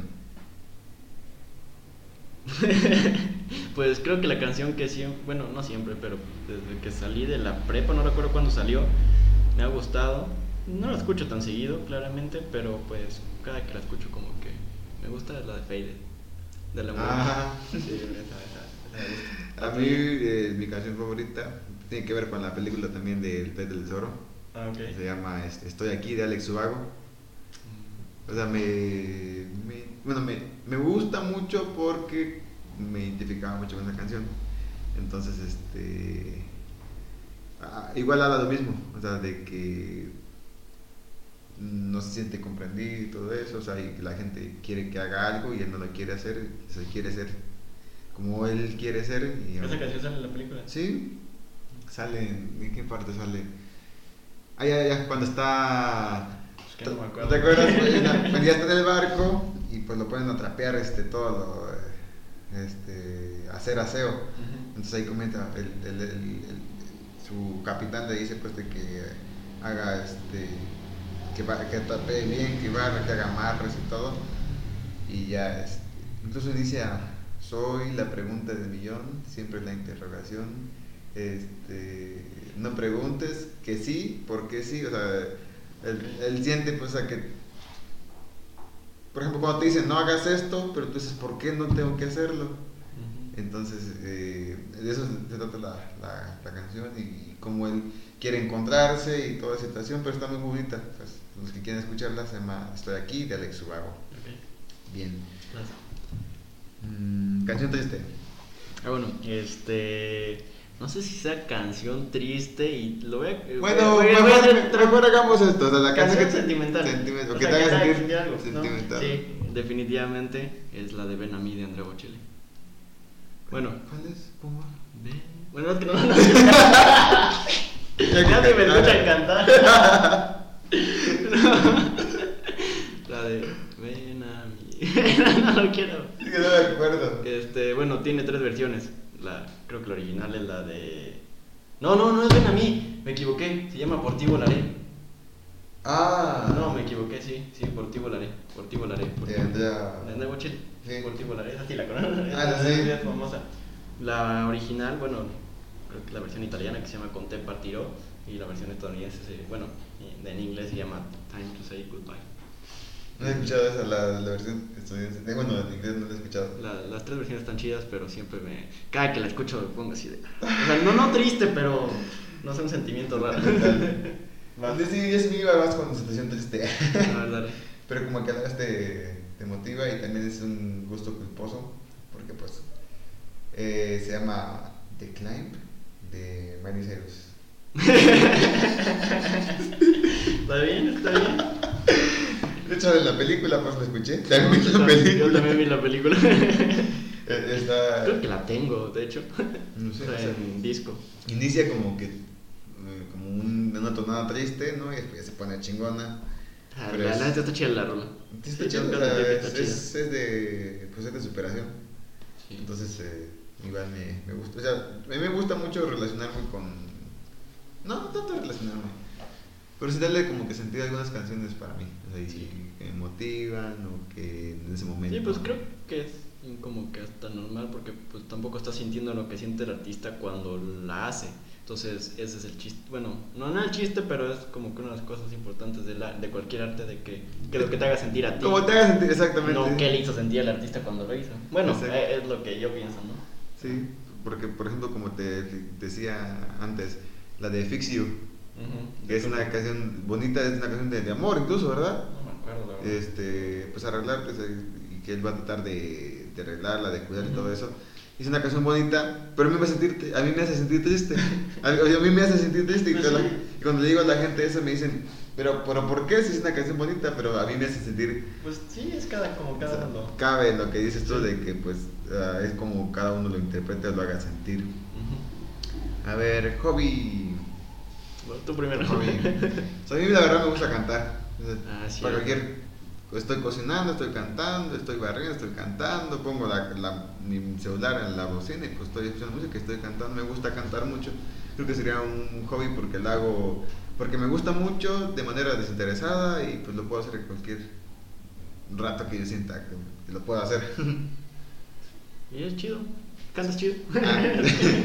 Pues creo que la canción que siempre, bueno, no siempre, pero desde que salí de la prepa, no recuerdo cuándo salió, me ha gustado, No la escucho tan seguido, claramente, pero pues cada que la escucho como que me gusta la de Faded, de la muerte. Ah. Sí, esa, esa, esa me gusta. A mí, eh, mi canción favorita tiene que ver con la película también de El Pez del Tesoro. Ah, ok. Se llama este, Estoy aquí, de Alex Ubago. O sea, me, me, bueno, me, me gusta mucho porque me identificaba mucho con esa canción. Entonces, este, ah, igual habla lo mismo, o sea, de que no se siente comprendido y todo eso, o sea, y la gente quiere que haga algo y él no lo quiere hacer, o sea, quiere ser como él quiere ser. Y, ¿Esa canción sale en la película? sí, sale, ¿en qué parte sale? Ah, ya, ya, cuando está... Es que no me acuerdo. ¿Te acuerdas? Cuando ya está en el barco y pues lo ponen a trapear este, todo lo... Este, hacer aseo. Uh-huh. Entonces ahí comenta, el, el, el, el, su capitán le dice pues de que haga este... Que, que trapee bien, que barra, que haga amarres y todo. Y ya, este, incluso inicia, soy la pregunta del millón, siempre la interrogación. Este, no preguntes, que sí, porque sí, o sea, él, él siente pues a que, por ejemplo, cuando te dicen no hagas esto, pero tú dices, ¿por qué no tengo que hacerlo? Uh-huh. Entonces, eh, de eso se trata la, la, la canción y, y cómo él quiere encontrarse y toda la situación, pero está muy bonita. Pues, los que quieren escucharla se llama Estoy aquí, de Alex Ubago. Okay. Bien. Gracias. Mm, canción triste. Ah, bueno, este... No sé si sea canción triste y lo voy a... Bueno, voy a, mejor, voy a hacer mejor hagamos esto, o sea, la canción, canción que sentimental. Sentiment, o o que sea, te haga que sentir algo, sentimental. ¿no? Sí, definitivamente es la de Ven a mí de Andrea Bocelli. Bueno. ¿Cuál es? ¿Cómo va? Ven. Bueno, es que no... no, no Nadie me escucha cantar. La de Ven a mí. No lo quiero. Sí, que no me acuerdo. Este, bueno, tiene tres versiones. La, creo que la original es la de... No, no, no es Ven a mí. Me equivoqué. Se llama Por ti volaré. Ah. No, me equivoqué, sí. Sí, Por ti volaré. Por ti volaré. Por De ti. Andrea. De Andrea Bocelli. Sí. Por ti volaré. Esa sí la conoces. Ah, sí. Es famosa. La original, bueno, creo que la versión italiana que se llama Con te partirò. Y la versión estadounidense, bueno, en inglés se llama Time to Say Goodbye. No he escuchado esa, la, la versión estadounidense. Bueno, en inglés no la he escuchado. La, las tres versiones están chidas, pero siempre me... Cada que la escucho me pongo así de... O sea, no, no triste, pero... No sé, un sentimiento raro. Vale. Sí, yo sí me iba más con situación triste. A ver, dale. Pero como que a la vez te, te motiva y también es un gusto culposo. Porque pues... Eh, se llama The Climb de Miley Cyrus. Está bien, está bien. De hecho, en la película, pues la escuché. También vi la película. Yo también vi la película. Está... Creo que la tengo, de hecho. No sé, o sea, o sea, en disco. inicia como que. Como un, una tonada triste, ¿no? Y después ya se pone chingona. Ah, Pero la es- neta está chida la rola. Sí, está Sí, chido, tengo o que sea, admitir que es, está chida. es, es de. Pues es de superación. Sí. Entonces, eh, igual me, me gusta. O sea, a mí me gusta mucho relacionarme con. No, no tanto relacionarme. Pero sí darle como que sentido a algunas canciones para mí. O sea, y Sí. que me motivan o que en ese momento. Sí, pues creo que es como que hasta normal porque pues tampoco estás sintiendo lo que siente el artista cuando la hace. Entonces ese es el chiste, bueno, no, no el chiste, pero es como que una de las cosas importantes de, la, de cualquier arte, de que, que lo que te haga sentir a ti. Como te haga sentir, exactamente. No qué le hizo sentir al artista cuando lo hizo. Bueno, Exacto. eh, es lo que yo pienso, ¿no? Sí, porque por ejemplo, como te decía antes, la de Fix You, Uh-huh. que es una canción bonita, es una canción de, de amor incluso, ¿verdad? No me acuerdo, la verdad. Este, pues arreglarte y que él va a tratar de, de arreglarla, de cuidar Uh-huh. y todo eso. Es una canción bonita, pero a mí me hace sentir, a mí me hace sentir triste. A mí, a mí me hace sentir triste y, Pues toda sí. la- y cuando le digo a la gente eso me dicen, pero, pero ¿por qué si es una canción bonita? Pero a mí me hace sentir, Pues sí, es cada, como cada o sea, uno. cabe en lo que dices tú Sí. de que pues ah, es como cada uno lo interpreta o lo haga sentir. Uh-huh. A ver, hobby. Bueno, tú primero. hobby. O sea, a mí la verdad me gusta cantar. O sea, Ah, sí. para cualquier. Estoy cocinando, estoy cantando, estoy barriendo, estoy cantando, pongo la, la, mi celular en la bocina y pues estoy escuchando música, estoy cantando, me gusta cantar mucho. Creo que sería un hobby porque lo hago, porque me gusta mucho de manera desinteresada y pues lo puedo hacer en cualquier rato que yo sienta que, que lo puedo hacer. Y es chido. Cantas chido. Ah,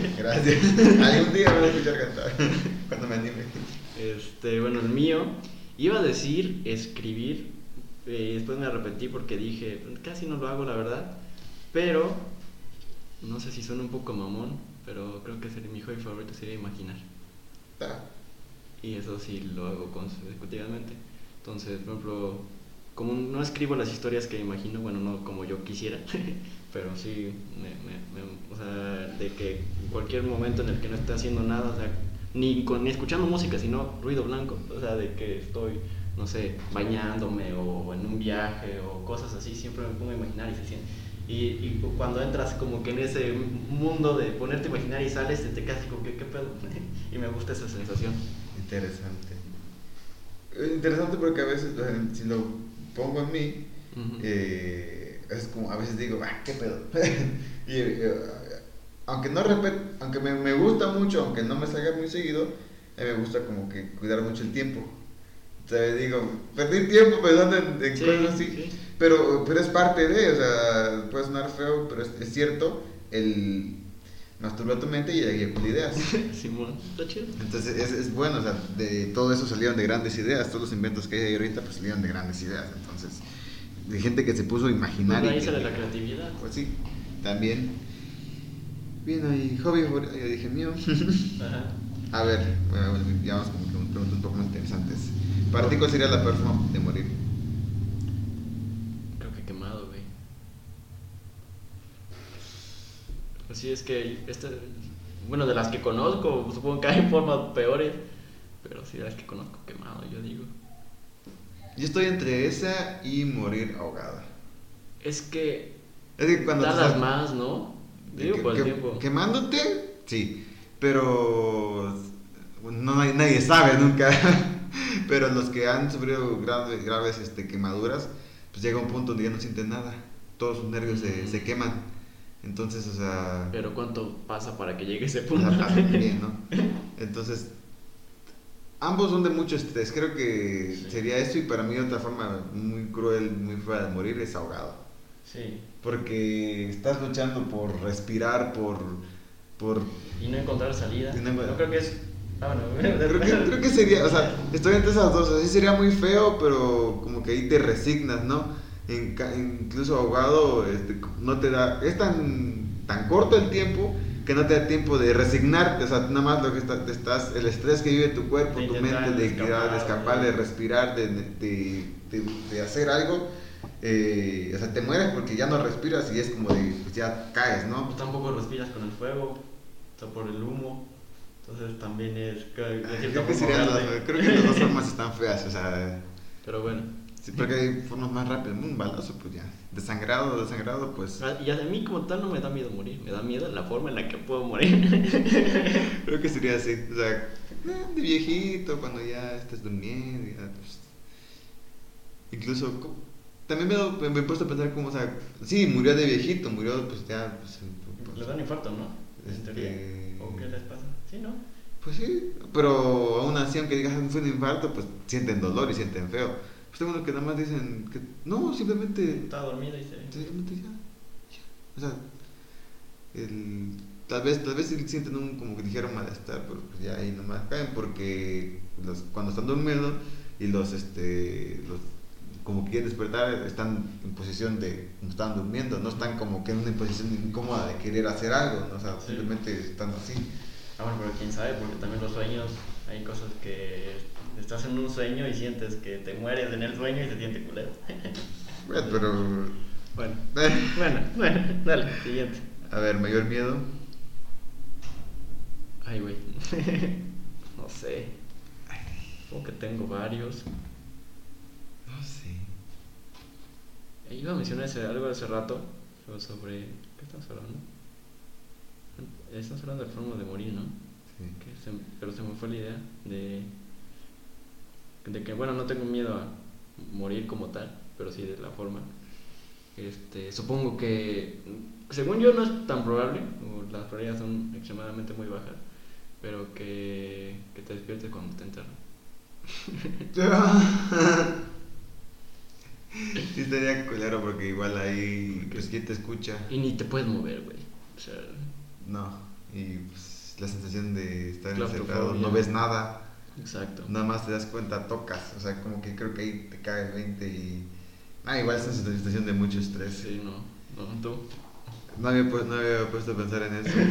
gracias. Algún día me voy a escuchar cantar cuando me anime. Este, bueno, el mío, Iba a decir escribir, eh, después me arrepentí porque dije, casi no lo hago, la verdad. Pero, no sé si suena un poco mamón, pero creo que sería, mi hobby favorito sería imaginar. Ah, Y eso sí lo hago consecutivamente. Entonces, por ejemplo, como no escribo las historias que imagino, bueno, no como yo quisiera, pero sí, me, me, me- o sea, de que en cualquier momento en el que no esté haciendo nada, o sea, ni, con, ni escuchando música, sino ruido blanco, o sea, de que estoy, no sé, bañándome o en un viaje o cosas así, siempre me pongo a imaginar y se siente. Y, y cuando entras como que en ese mundo de ponerte a imaginar y sales, te, te quedas como que, ¿qué pedo? Y me gusta esa sensación. interesante. Eh, Interesante porque a veces, o sea, si lo pongo en mí, Ujú. eh, es como, a veces digo, ah, qué pedo. y, eh, aunque no repet, aunque me, me gusta mucho, aunque no me salga muy seguido, a mí me gusta como que cuidar mucho el tiempo. O sea, digo, perdí tiempo pensando en, en Sí, cosas así, sí. pero, pero es parte de, o sea, puede sonar feo, pero es, es cierto, el masturba tu mente y eyacula ideas. Simón, está chido. Entonces es, es bueno, o sea, de todo eso salieron de grandes ideas, todos los inventos que hay ahí ahorita pues salieron de grandes ideas, entonces, de gente que se puso a Pues imaginar de y ahí que sale la dijo, creatividad. pues sí, también. Bien, ahí, hobby, favorito, ya dije mío. Ajá. A ver, bueno, ya vamos con preguntas un poco más interesantes. Para ti, ¿cuál sería la peor forma de morir? Creo que quemado, güey. Así es que, este, bueno, de las que conozco, supongo que hay formas peores, pero sí de las que conozco, quemado, yo digo. Yo estoy entre esa y morir ahogada. Es que Es que cuando da te las estás más, ¿no? que- Digo, que- por el que- tiempo. quemándote, sí, pero no, nadie, nadie sabe nunca. Pero los que han sufrido graves, graves este, quemaduras, pues llega un punto donde ya no sienten nada. Todos sus nervios se, se Mm, queman. Entonces, o sea, pero ¿cuánto pasa para que llegue ese o punto? sea, pasa también, ¿no? Entonces, ambos son de mucho estrés. Creo que Sí, sería eso y para mí otra forma muy cruel, muy fea de morir es ahogado. sí. Porque estás luchando por respirar, por... por Y no encontrar salida. y no- No creo que es. Ah, bueno, creo, que, creo que sería, o sea, estoy entre esas dos. Así sería muy feo, pero como que ahí te resignas, ¿no? En ca- incluso ahogado, este, no te da... Es tan, tan corto el tiempo que no te da tiempo de resignarte, o sea, nada más lo que está- te estás, el estrés que vive tu cuerpo, De tu intentar mente, de, escapar, de escapar, de de- respirar, de, de, de, de hacer algo, eh, o sea, te mueres porque ya no respiras y es como de, pues ya caes, ¿no? Pues tampoco respiras con el fuego, o sea, por el humo. Entonces también es. que de Ay, cierta Creo que, forma serían las, ahogarte. creo que las dos formas están feas, o sea, Pero bueno. sí, porque hay formas más rápidas, un balazo, pues ya, desangrado, desangrado, pues Ah, y a mí como tal no me da miedo morir, me da miedo la forma en la que puedo morir. creo que sería así, o sea, eh, de viejito, cuando ya estés durmiendo, ya, pues, incluso, co- también me, he dado- me he puesto a pensar como, o sea, sí, murió de viejito, murió, pues ya, pues, pues, Les da un infarto, ¿no? En Este- teoría. ¿O qué les pasa? Sí, ¿no? pues sí, pero aún así, aunque digas fue un infarto, pues sienten dolor y sienten feo. Pues tengo unos que nada más dicen que no, simplemente, Estaba dormido y se. simplemente ya, ya. O sea, el, tal vez, tal vez sí sienten un como que dijeron malestar, pero pues ya ahí nomás caen porque los, cuando están durmiendo y los, este, los como que quieren despertar, están en posición de como están durmiendo, no están como que en una posición incómoda de querer hacer algo, ¿no? O sea, Sí. simplemente están así. Ah, bueno, pero quién sabe, porque también los sueños, hay cosas que estás en un sueño y sientes que te mueres en el sueño y se siente culero. Bueno, pero Bueno, bueno, bueno, dale, siguiente. a ver, mayor miedo. Ay, güey. No sé. Como que tengo varios. No sé. Eh, Iba a mencionar ese- algo hace rato pero sobre. ¿Qué estamos hablando? Estamos hablando de forma de morir, ¿no? Sí. Que se- pero se me fue la idea de. De que, bueno, no tengo miedo a morir como tal, pero sí de la forma. Este, supongo que, según yo, no es tan probable, o las probabilidades son extremadamente muy bajas, pero que, que te despiertes cuando te enterran. Sí estaría culero porque igual ahí, pues, ¿quién te escucha? Y ni te puedes mover, güey. O sea, No. Y pues la sensación de estar Claustrofobia. encerrado, no ves nada. Exacto. Nada más te das cuenta, tocas, o sea, como que creo que ahí te cae el veinte y... Ah, igual es una situación de mucho estrés. Sí, no, no, tú. No había, pu- no había puesto a pensar en eso.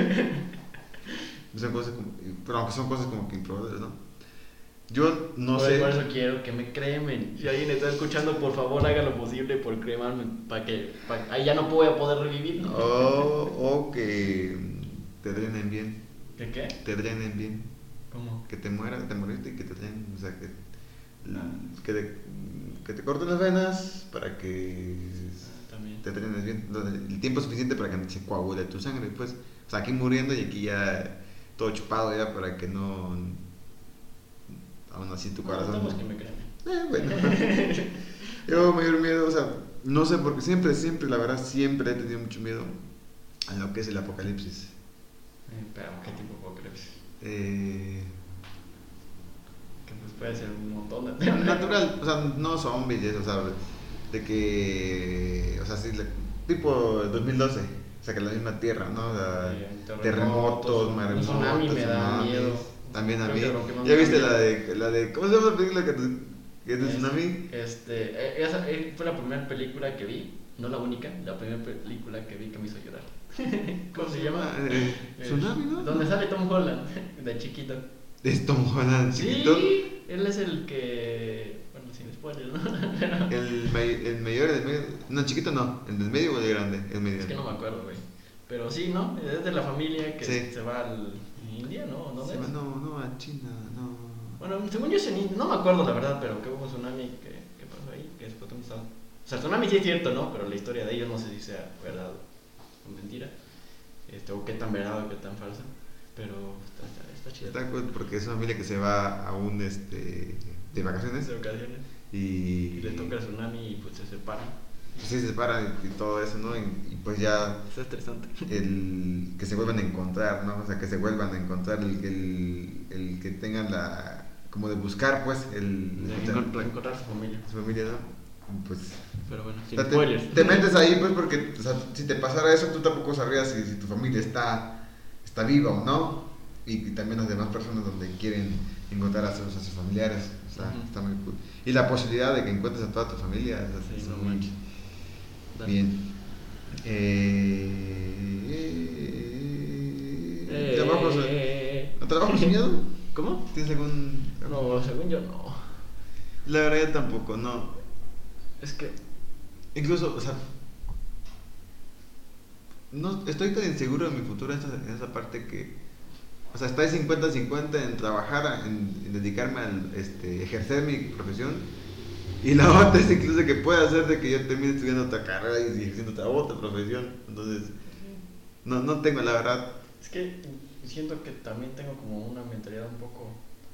Son cosas como, pero aunque son cosas como que improbables, ¿no? Yo no por, sé. por eso quiero que me cremen. Si alguien está escuchando, por favor haga lo posible por cremarme. Para que pa- ahí ya no voy a poder revivir. ¿No? O, o que te drenen bien. ¿De qué? Te drenen bien. ¿Cómo? Que te mueras, te moriste y que te drenen. O sea, que, Ah. que, te, que te corten las venas para que También. te drenes bien. El tiempo suficiente para que se coagule tu sangre. Pues, o sea, aquí muriendo y aquí ya todo chupado ya para que no. Aún así tu corazón. No, que me cremen. Eh, bueno. Yo mayor miedo, o sea, no sé porque siempre, siempre, la verdad, siempre he tenido mucho miedo a lo que es el apocalipsis. Eh, pero, ¿qué tipo de apocalipsis? Eh, Que pues puede ser un montón de natural, o sea, no zombies y eso, ¿sabes? De que, o sea, sí, le- tipo dos mil doce, o sea, que la misma tierra, ¿no? O sea, Eh, terremotos, terremotos, maremotos, un tsunami me da tsunamis. miedo. También a Creo mí. que lo que más ¿Ya me da viste miedo. la de, la de, ¿cómo se llama la película que, que es de Es- tsunami? Este, eh, esa eh, fue la primera película que vi, no la única, la primera película que vi que me hizo llorar. ¿Cómo se llama? Eh, Eh, tsunami, ¿no? Donde sale Tom Holland, de chiquito. Es Tom Holland chiquito. Sí, él es el que, bueno, sin spoilers, ¿no? El, may- el mayor, el medio. No, chiquito no. El del medio o el grande. El medio. Es que no me acuerdo, güey. Pero sí, ¿no? Es de la familia que Sí. se va al India, ¿no? ¿Dónde Se es? va- no, no, a China, no. Bueno, según yo es en India, no me acuerdo la verdad, pero que hubo un tsunami que, que pasó ahí, que explotó un estado. O sea, el tsunami sí es cierto, ¿no? Pero la historia de ellos no sé si sea verdad o mentira. Este, o qué tan verdad o qué tan falsa. Pero está, está, está chido. Está cool porque es una familia que se va a un este de vacaciones De ocasiones. y, Y les toca el tsunami y pues se separan. pues sí se separan y, y todo eso, ¿no? Y, y pues ya Es estresante. el que se vuelvan a encontrar, ¿no? O sea, que se vuelvan a encontrar el, el, el que tengan la como de buscar pues el De encont- reencontrar a su familia. su familia, ¿no? Pues Pero bueno, o sin sea, te, spoilers. te metes ahí pues porque o sea, si te pasara eso tú tampoco sabrías si, si tu familia está, está viva o no y, y también las demás personas donde quieren encontrar a sus, a sus familiares, o sea, Ujú. está muy cool. Y la posibilidad de que encuentres a toda tu familia, o sea, Sí, es no muy manches. Dale. bien. Eh, Eh, ¿Trabajos, eh, ¿no trabajos sin miedo? ¿Cómo? ¿Tienes algún...? No, según yo no. La verdad yo tampoco, no. Es que Incluso, o sea, no estoy tan inseguro de mi futuro en esa, en esa parte que, o sea, estoy cincuenta cincuenta en trabajar, en, en dedicarme a este, ejercer mi profesión, y la otra es incluso que puede hacer de que yo termine estudiando otra carrera y ejerciendo otra, otra profesión. Entonces, no, no tengo la verdad. Es que siento que también tengo como una mentalidad un poco...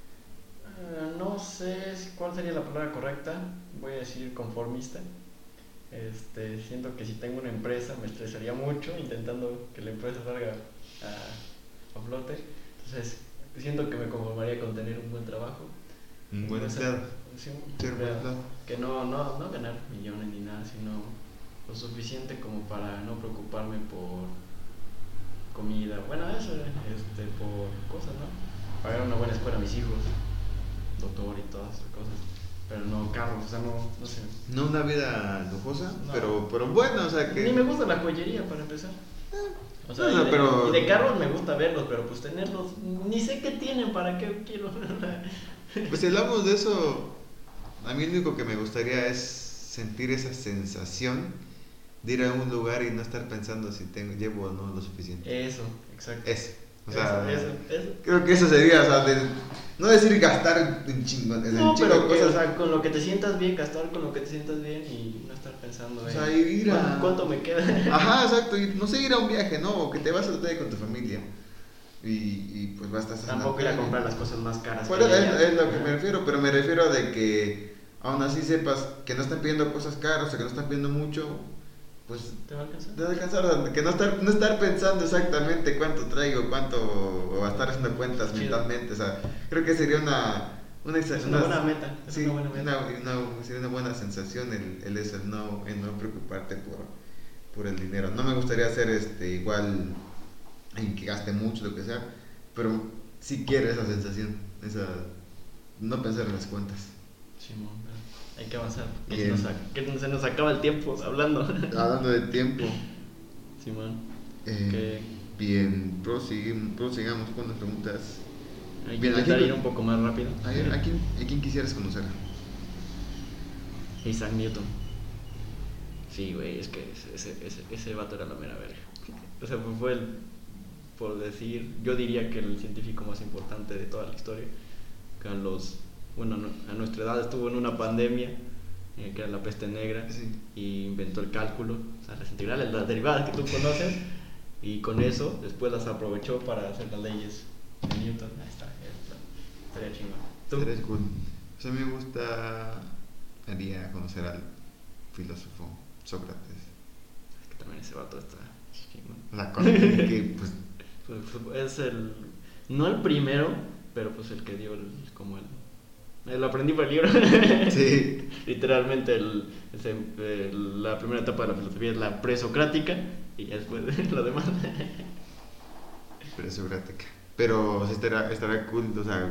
eh, no sé si- cuál sería la palabra correcta, voy a decir conformista. Este, siento que si tengo una empresa me estresaría mucho intentando que la empresa salga a, a flote. Entonces, siento que me conformaría con tener un buen trabajo. Un buen O sea, empleado. sí, un Ser un buen empleado. empleado. Que no, no, no ganar millones ni nada, sino lo suficiente como para no preocuparme por comida, bueno, eso, este, por cosas, ¿no? Pagar una buena escuela a mis hijos, doctor y todas esas cosas, pero no carros, o sea, no, no sé. No una vida lujosa, No. pero, pero buena, o sea que... Ni me gusta la joyería para empezar. O sea, No, no, y, de, pero- y de carros me gusta verlos, pero pues tenerlos, ni sé qué tienen, para qué quiero. Pues si hablamos de eso, a mí lo único que me gustaría es sentir esa sensación de ir a un lugar y no estar pensando si tengo, llevo o no lo suficiente. Eso, exacto. Eso. O sea, eso, eso, eso. creo que eso sería, o sea, de- no decir gastar en chingo, en No, chingo pero de que, cosas. o sea, con lo que te sientas bien, gastar con lo que te sientas bien y no estar pensando O en sea, ir a- ¿cuánto, cuánto me queda. Ajá, exacto, y no sé, ir a un viaje, ¿no? O que te vas al hotel con tu familia. Y, y pues vas a estar Tampoco ir a comprar las cosas más caras. Bueno, que es, haya. es lo que me refiero, pero me refiero de que aún así sepas que no están pidiendo cosas caras o que no están pidiendo mucho, pues ¿Te va a alcanzar? te va a alcanzar, o sea, que no estar, no estar pensando exactamente cuánto traigo, cuánto, o estar haciendo cuentas Chido. mentalmente, o sea, creo que sería una... Una, exa- Es una buena meta, es sí, una buena meta. una- una- sería una buena sensación el, el eso, el no, el no preocuparte por, por el dinero. No me gustaría ser este, igual en que gaste mucho, lo que sea, pero sí quiero esa sensación esa, no pensar en las cuentas. Simón, hay que avanzar, que se, Bien. nos, ac- que se nos acaba el tiempo hablando. Hablando de tiempo, Simón, eh, que bien, prosigamos, prosigamos con las preguntas. hay que Bien, ¿a intentar quién- ir un poco más rápido. ¿A, a quién, ¿A quién quisieras conocer? Isaac Newton. Sí, güey, es que ese, ese, ese, ese vato era la mera verga. O sea, fue el, por decir, yo diría que el científico más importante de toda la historia. Que a los, bueno, no- a nuestra edad estuvo en una pandemia, eh, que era la peste negra, Sí. y inventó el cálculo, o sea, las integrales, las derivadas que tú conoces, y con eso después las aprovechó para hacer las leyes de Newton. Ahí está, ya está. Estaría chingón. ¿Tú? Eres cool. O sea, me gusta, haría conocer al filósofo Sócrates. Es que también ese vato está chingón. La cosa es que, pues, Pues, pues, es el, no el primero, pero pues el que dio el, como el, el aprendí por el libro. sí. Literalmente el, ese, el- la primera etapa de la filosofía es la presocrática y ya después lo demás. Presocrática. Pero o sea, estará, estará cool, o sea,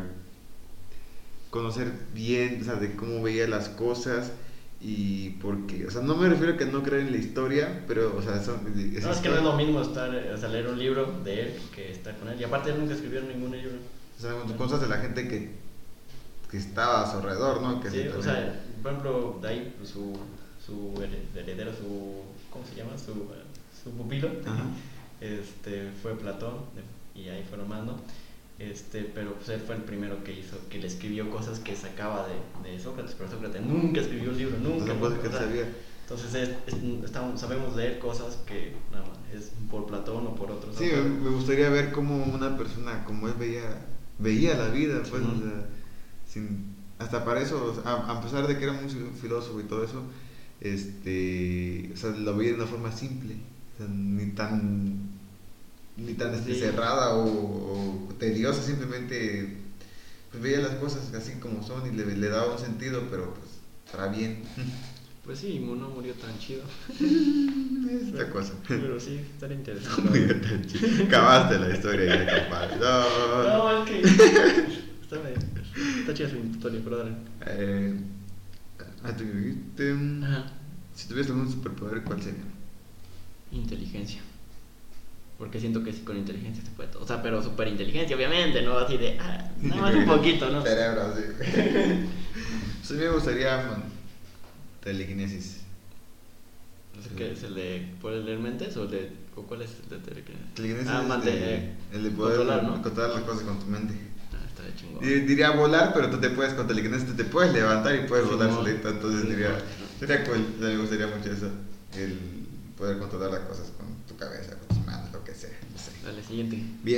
conocer bien, o sea, de cómo veía las cosas y por qué. O sea, no me refiero a que no creer en la historia, pero, o sea, son, No, es que no es lo mismo estar, o sea, leer un libro de él que estar con él. Y aparte él nunca escribió ningún libro. o sea, cosas de la gente que, que estaba a su alrededor, ¿no? Que Sí, sí, o también- sea, por ejemplo, de ahí pues, su, su hered- heredero, su, ¿cómo se llama? Su, eh, su pupilo, Ajá. este, fue Platón, de- y ahí fueron más, ¿no? Este, pero pues él fue el primero que hizo, que le escribió cosas que sacaba de, de Sócrates, pero Sócrates nunca escribió un libro, nunca. Entonces, pues, nunca, que o sea, sabía. entonces es, es- estamos, sabemos leer cosas que nada más es por Platón o por otros Sí, me, autores. me gustaría ver cómo una persona como él veía, veía la vida, pues, Ujú. o sea, sin, hasta para eso, o sea, a, a pesar de que era muy filósofo y todo eso, este, o sea, lo veía de una forma simple, o sea, ni tan, ni tan este, Sí. cerrada o, o tediosa, simplemente pues, veía las cosas así como son y le, le daba un sentido, pero pues para bien. Pues sí, no murió tan chido. Esta cosa. Pero sí, estaría interesante. Murió tan chido. Acabaste la historia ya, compadre. No, no. No, es que está, medio- está chida su historia, pero dale. Eh, ah, tú dijiste, Ajá. si tuvieras algún superpoder, ¿cuál sería? Inteligencia. Porque siento que sí, con inteligencia se puede todo. O sea, pero super inteligencia, obviamente, no así de. Ah, nada más un poquito, ¿no? Cerebro, sí. Pues a mí me gustaría man, telequinesis. No sé qué es el de poder leer mentes o el de. ¿O cuál es el de telequinesis? Telequinesis Ah, es mante- de- eh, el de poder controlar, ¿no? controlar las cosas con tu mente. Ah, está de chingón. Di- Diría volar, pero tú te puedes con telequinesis, tú te puedes levantar y puedes Sí, volar no. solito, entonces Sí, diría, no. sería cool, o sea, me gustaría mucho eso, el poder controlar las cosas con tu cabeza, con tus manos, lo que sea, no sé. Dale, siguiente. Bien.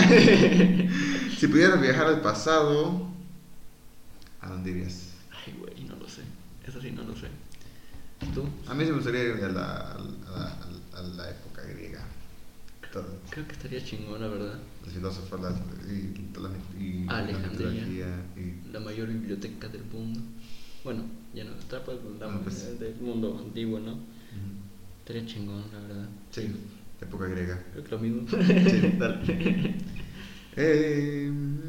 Si pudieras viajar al pasado, ¿a dónde irías? Ay, güey, no lo sé. Eso sí, no lo sé. ¿Tú? A mí se me gustaría ir a la, a la, a la época griega. Todo. Creo que estaría chingón, la verdad. Los filósofos, la, y, toda la, y la Alejandría. mitología, y La mayor biblioteca del mundo. Bueno, ya no, está pues la Bueno, pues. del mundo antiguo, ¿no? Ujú. Estaría chingón, la verdad. Sí, época griega. Creo que lo mismo. Sí. Dale. Eh,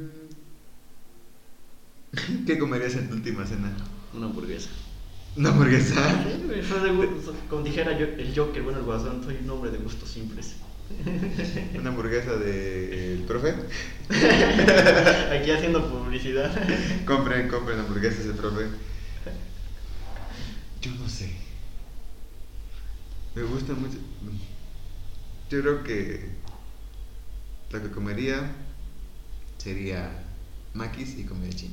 ¿Qué comerías en tu última cena? Una hamburguesa. ¿Una hamburguesa? Sí, güey, soy de gu- so- como dijera yo, el Joker, bueno, el Guasón, soy un hombre de gustos simples. ¿Una hamburguesa del profe? Aquí haciendo publicidad. Compren, compren hamburguesas del profe. Yo no sé. Me gusta mucho. Yo creo que lo que comería sería maquis y comida china.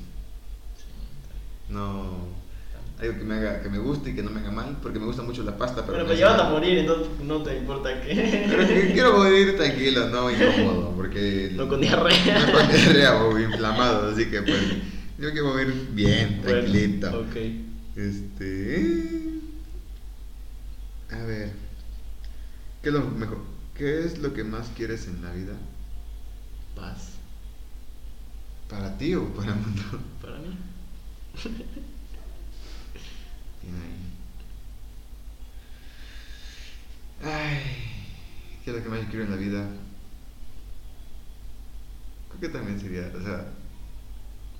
No, algo que me haga, que me guste y que no me haga mal, porque me gusta mucho la pasta, pero Pero me pues hace ya vas a mal. morir, entonces no te importa que. Pero que quiero morir tranquilo, no incómodo, porque No con diarrea. no con diarrea o inflamado, así que pues yo quiero morir bien, Bueno, tranquilito. ok. Este, a ver, ¿qué es lo mejor? ¿Qué es lo que más quieres en la vida? Paz. ¿Para ti o para el mundo? Para mí. Bien ahí. Ay, ¿qué es lo que más quiero en la vida? Creo que también sería, o sea,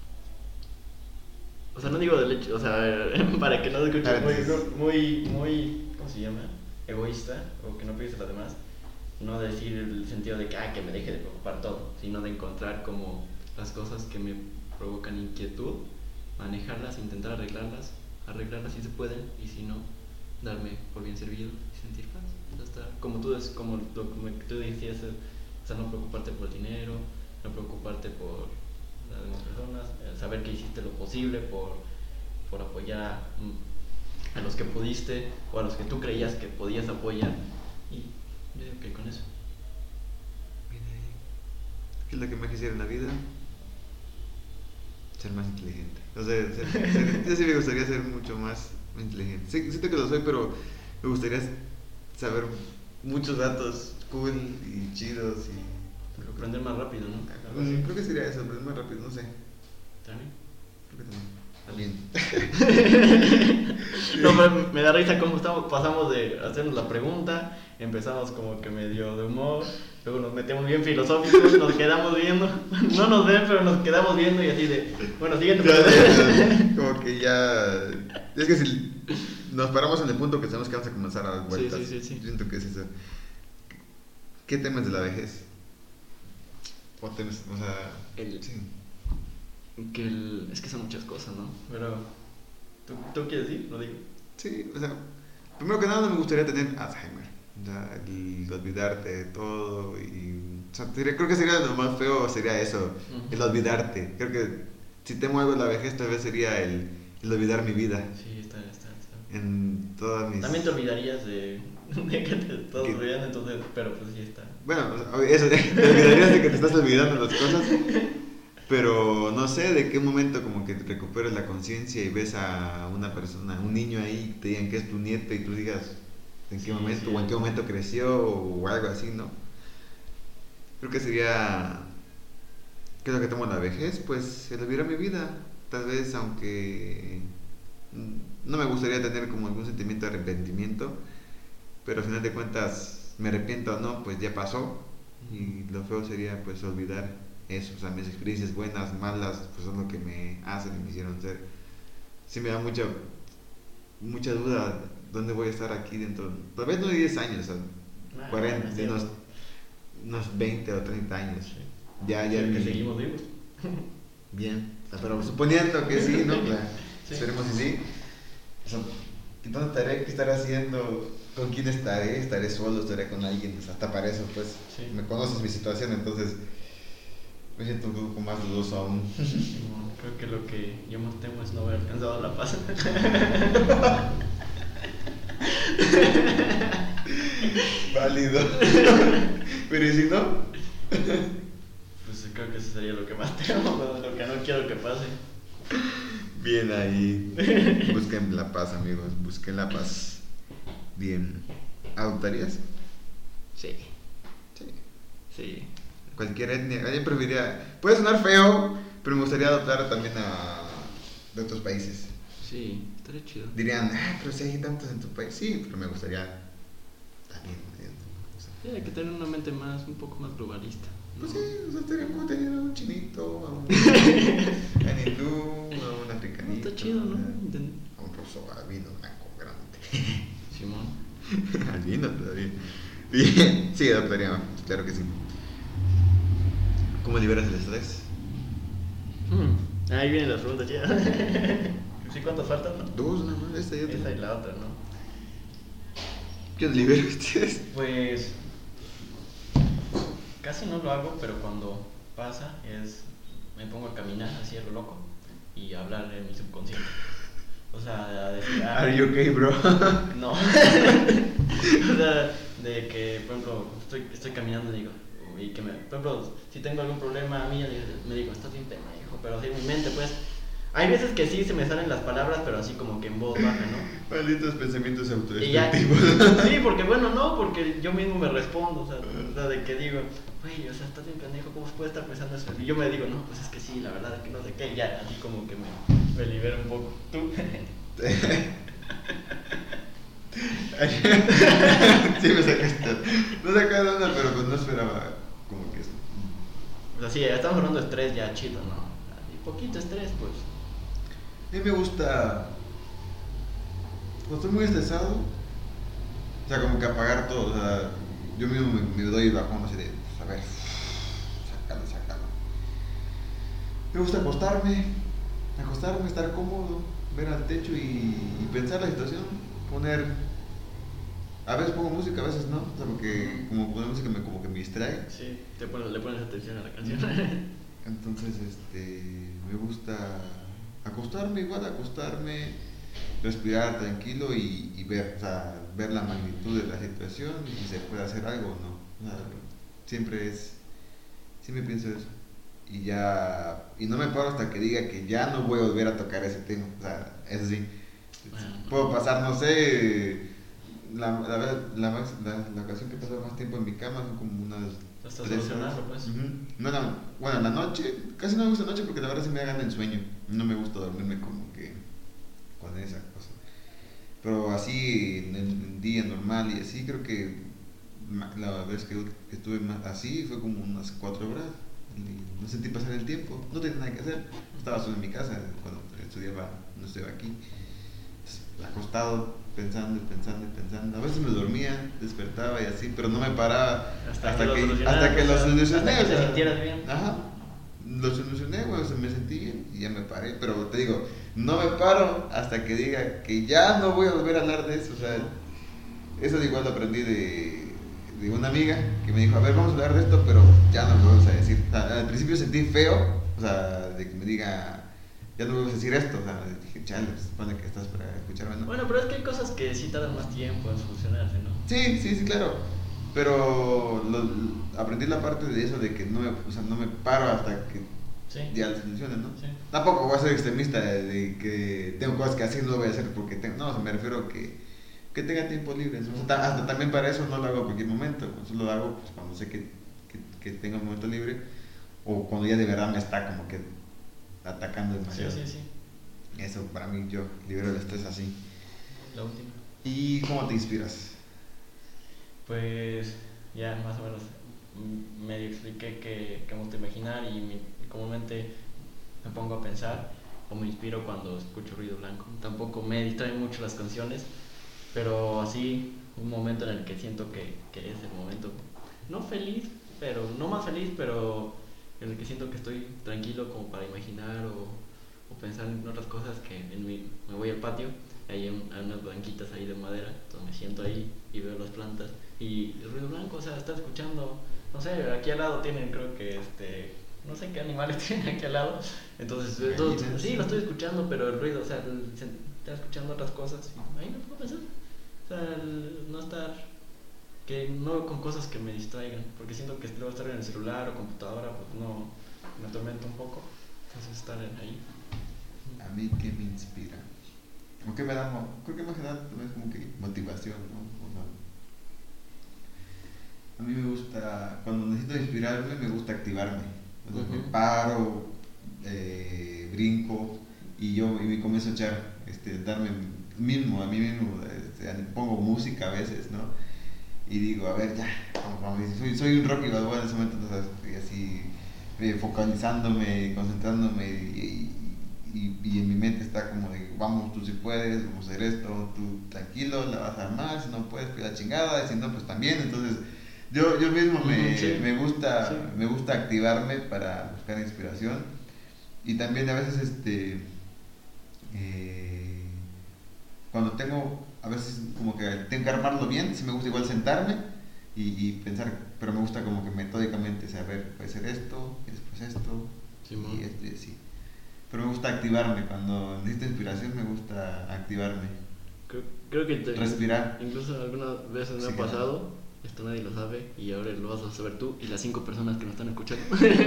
O sea, no digo del hecho, o sea, para que no se escuche Ah, muy, entonces- muy, muy, ¿cómo se llama? Egoísta, o que no piense a los demás. No decir el sentido de que, ah, que me deje de preocupar todo, sino de encontrar como las cosas que me provocan inquietud, manejarlas, intentar arreglarlas, arreglarlas si se pueden, y si no, darme por bien servido y sentir paz. O sea, estar, como tú, es, como lo como tú decías, eh, o sea, no preocuparte por el dinero, no preocuparte por las demás personas, eh, saber que hiciste lo posible por, por apoyar mm, a los que pudiste o a los que tú creías que podías apoyar, y yo digo que con eso. Mira ahí. ¿Qué es lo que más quisiera en la vida? Ser más inteligente. O sea, ser, ser- yo sí me gustaría ser mucho más inteligente. Sí, siento que lo soy, pero me gustaría saber muchos datos cool y chidos y... Pero aprender más rápido, ¿no? Algo así. Mm, creo que sería eso, aprender más rápido, no sé. ¿También? Creo que también. También. No, pero me da risa cómo estamos, pasamos de hacernos la pregunta, empezamos como que medio de humor, luego nos metemos bien filosóficos, nos quedamos viendo, no nos ven, pero nos quedamos viendo y así de, bueno, siguiente Ya, pregunta. ya, ya. Como que ya. Es que si nos paramos en el punto que sabemos que vamos a comenzar a dar vueltas. Sí, sí, sí, sí. Yo siento que es eso. ¿Qué temas de la vejez? O temas, o sea. El- Sí. Que el, es que son muchas cosas, ¿no? Pero, ¿tú, tú quieres decir? Lo digo. Sí, o sea. Primero que nada, no me gustaría tener Alzheimer. O sea, el olvidarte de todo. Y, o sea, sería- creo que sería lo más feo, sería eso. Ujú. El olvidarte. Creo que si temo algo de la vejez, tal vez sería el, el olvidar mi vida. Sí, está, está, está. En todas mis. También te olvidarías de, de que te estás ¿Qué? olvidando, entonces, pero pues sí está. Bueno, o sea, eso, te olvidarías de que te estás olvidando las cosas, pero no sé de qué momento como que te recuperes la conciencia y ves a una persona, un niño ahí, te digan que es tu nieto y tú digas en qué Sí, momento sí. o en qué momento creció o algo así, ¿no? Creo que sería, ¿qué es lo que tomo la vejez? Pues el olvidar mi vida, tal vez aunque mm, no me gustaría tener como algún sentimiento de arrepentimiento, pero al final de cuentas me arrepiento o no, pues ya pasó y lo feo sería pues olvidar eso, o sea, mis experiencias buenas, malas, pues son lo que me hacen y me hicieron ser. Sí me da mucha mucha duda dónde voy a estar aquí dentro, tal vez no de diez años, o sea, Ah, cuarenta, es de unos, cierto. unos veinte o treinta años. Sí. Ya, ya Sí, que mi- seguimos vivos. Bien, o sea, pero suponiendo que sí, ¿no? Claro, Sí. esperemos que sí. O sea, ¿dónde estaré? ¿Qué estaré haciendo? ¿Con quién estaré? ¿Estaré solo? ¿Estaré con alguien? O sea, hasta para eso, pues, Sí. me conoces mi situación, entonces me siento un poco más dudoso aún. No, creo que lo que yo más temo es no haber alcanzado la paz. Válido. Pero ¿y si no? Pues creo que eso sería lo que más temo, lo, lo que no quiero que pase. Bien ahí. Busquen la paz, amigos. Busquen la paz. Bien. ¿Adoptarías? Sí, Sí. sí. Cualquier etnia. Alguien preferiría. Puede sonar feo, pero me gustaría adoptar también a. De otros países. Sí, estaría chido. Dirían, ah, pero si hay tantos en tu país. Sí, pero me gustaría también. eh, o sea, Sí, hay que tener una mente más, un poco más globalista, ¿no? Pues sí, o sea, estaría como tener a un chinito, a un, a un hindú, a un No, africanito. está chido, ¿no? A Inten- a un ruso albino blanco grande. Simón. Albino todavía. Bien, sí, adoptaría, claro que sí. ¿Cómo liberas el estrés? Hmm, Ahí vienen las preguntas ya. ¿Sí cuántas faltan, no? Dos, nada más, esta y otra. Esa y la otra, ¿no? ¿Qué libera ustedes? Pues casi no lo hago, pero cuando pasa es me pongo a caminar así a lo loco y a hablar en mi subconsciente. O sea, a decir, ah, Are you okay, bro? no. O sea, de que, por ejemplo, estoy, estoy caminando y digo, y que me, por ejemplo, si tengo algún problema a mí, me digo, estás bien pendejo, pero así en mi mente, pues, hay veces que sí se me salen las palabras, pero así como que en voz baja, ¿no? Malditos pensamientos Y ya, autodestructivos. sí, porque bueno, no, porque yo mismo me respondo, o sea, o sea, de que digo, güey, o sea, estás bien pendejo, ¿cómo puede estar pensando eso? Y yo me digo, no, pues es que sí, la verdad es que no sé qué, y ya, así como que me, me libero un poco. ¿Tú? Sí, me sacaste. No sacaste onda, pero pues no esperaba como que eso. O sea, sí, ya estamos hablando de estrés ya chido, ¿no? Y poquito estrés, pues. A mí me gusta, cuando estoy muy estresado, o sea, como que apagar todo, o sea, yo mismo me, me doy bajón así de, pues, a ver, sácalo, sácalo. Me gusta acostarme, acostarme, estar cómodo, ver al techo y, y pensar la situación, poner, a veces pongo música, a veces no, o sea, porque como poner música me como que me distrae. Sí, te pones, le pones atención a la canción. Entonces, este, me gusta acostarme, igual acostarme, respirar tranquilo y, y ver, o sea, ver la magnitud de la situación y si se puede hacer algo o no. O sea, siempre es, siempre pienso eso. Y ya, y no me paro hasta que diga que ya no voy a volver a tocar ese tema. O sea, eso sí, Bueno, puedo pasar, no sé, la, la, la, la, la, la ocasión que he pasado más tiempo en mi cama son como unas lo estás tres solucionando, horas. pues. Uh-huh. No, no, bueno, en la noche, casi no me gusta la noche porque la verdad se me hagan el sueño. No me gusta dormirme como que con esa cosa. Pero así, en el día normal y así, creo que la vez que estuve más así fue como unas cuatro horas. Y no sentí pasar el tiempo, no tenía nada que hacer. Estaba solo en mi casa cuando estudiaba, no estudiaba aquí. Acostado, pensando y pensando y pensando. A veces me dormía, despertaba y así, pero no me paraba Hasta, hasta, que, que, lo hasta que lo solucioné. Hasta que o sea, te sintieras bien. Ajá. Lo solucioné, güey, o sea, me sentí bien y ya me paré. Pero te digo, no me paro hasta que diga que ya no voy a volver a hablar de eso. O sea, eso igual lo aprendí de, de una amiga que me dijo, a ver, vamos a hablar de esto, pero ya no lo vamos a decir. O sea, al principio sentí feo, o sea, de que me diga, ya no vamos a decir esto. O sea, dije, chale, se supone que estás para escucharme, ¿no? Bueno, pero es que hay cosas que sí tardan más tiempo en solucionarse, ¿no? Sí, sí, sí, claro. Pero lo, lo- aprendí la parte de eso, de que no me, o sea, no me paro hasta que Sí. ya las soluciones, ¿no? Sí. Tampoco voy a ser extremista de, de que tengo cosas que hacer, no lo voy a hacer porque tengo. No, o sea, me refiero a que, que tenga tiempo libre. ¿No? O sea, ta- hasta también para eso no lo hago a cualquier momento. Solo lo hago pues, cuando sé que, que, que tengo un momento libre o cuando ya de verdad me está como que atacando Sí, demasiado. sí, sí. Eso para mí, yo libero el estrés así. La última. ¿Y cómo te inspiras? Pues ya más o menos mm, medio expliqué que, que me gusta imaginar y mi- comúnmente me pongo a pensar o me inspiro cuando escucho ruido blanco. Tampoco me distraen mucho las canciones, pero así un momento en el que siento que, que es el momento, no feliz, pero no más feliz, pero en el que siento que estoy tranquilo como para imaginar o, o pensar en otras cosas, que en mi, me voy al patio, hay, un, hay unas banquitas ahí de madera, entonces me siento ahí y veo las plantas y el ruido blanco, o sea, está escuchando, no sé, aquí al lado tienen, creo que este, no sé qué animales tienen aquí al lado, entonces todo, sí, lo estoy escuchando, pero el ruido, o sea, el, se, está escuchando otras cosas y ahí no puedo pensar, o sea, el no estar, que no con cosas que me distraigan, porque siento que luego estar en el celular o computadora, pues no, me atormenta un poco, entonces estar en ahí. A mí, ¿qué me inspira? ¿O qué me da? mo- Creo que más que nada también es como que motivación, ¿no? O sea, a mí me gusta, cuando necesito inspirarme, me gusta activarme. O sea, me Ujú. paro, eh, brinco y yo y me comienzo a echar, este, darme mismo, a mí mismo, este, pongo música a veces, ¿no? Y digo, a ver, ya, vamos, vamos, y soy, soy un Rocky Balboa en ese momento, entonces estoy así eh, focalizándome, concentrándome y, y, y en mi mente está como de, vamos, tú si puedes, vamos a hacer esto, tú tranquilo, la vas a armar, si no puedes, pues la chingada, y si no, pues también, entonces yo, yo mismo me, Sí. me gusta Sí. me gusta activarme para buscar inspiración y también a veces este eh, cuando tengo, a veces como que tengo que armarlo bien, sí me gusta igual sentarme y, y pensar, pero me gusta como que metódicamente saber, puede ser esto, y después esto, Simón. y esto y así. Pero me gusta activarme, cuando necesito inspiración me gusta activarme. Creo, creo que te, Respirar. incluso algunas veces me Sí, ha claro. pasado, esto nadie lo sabe y ahora lo vas a saber tú y las cinco personas que nos están escuchando.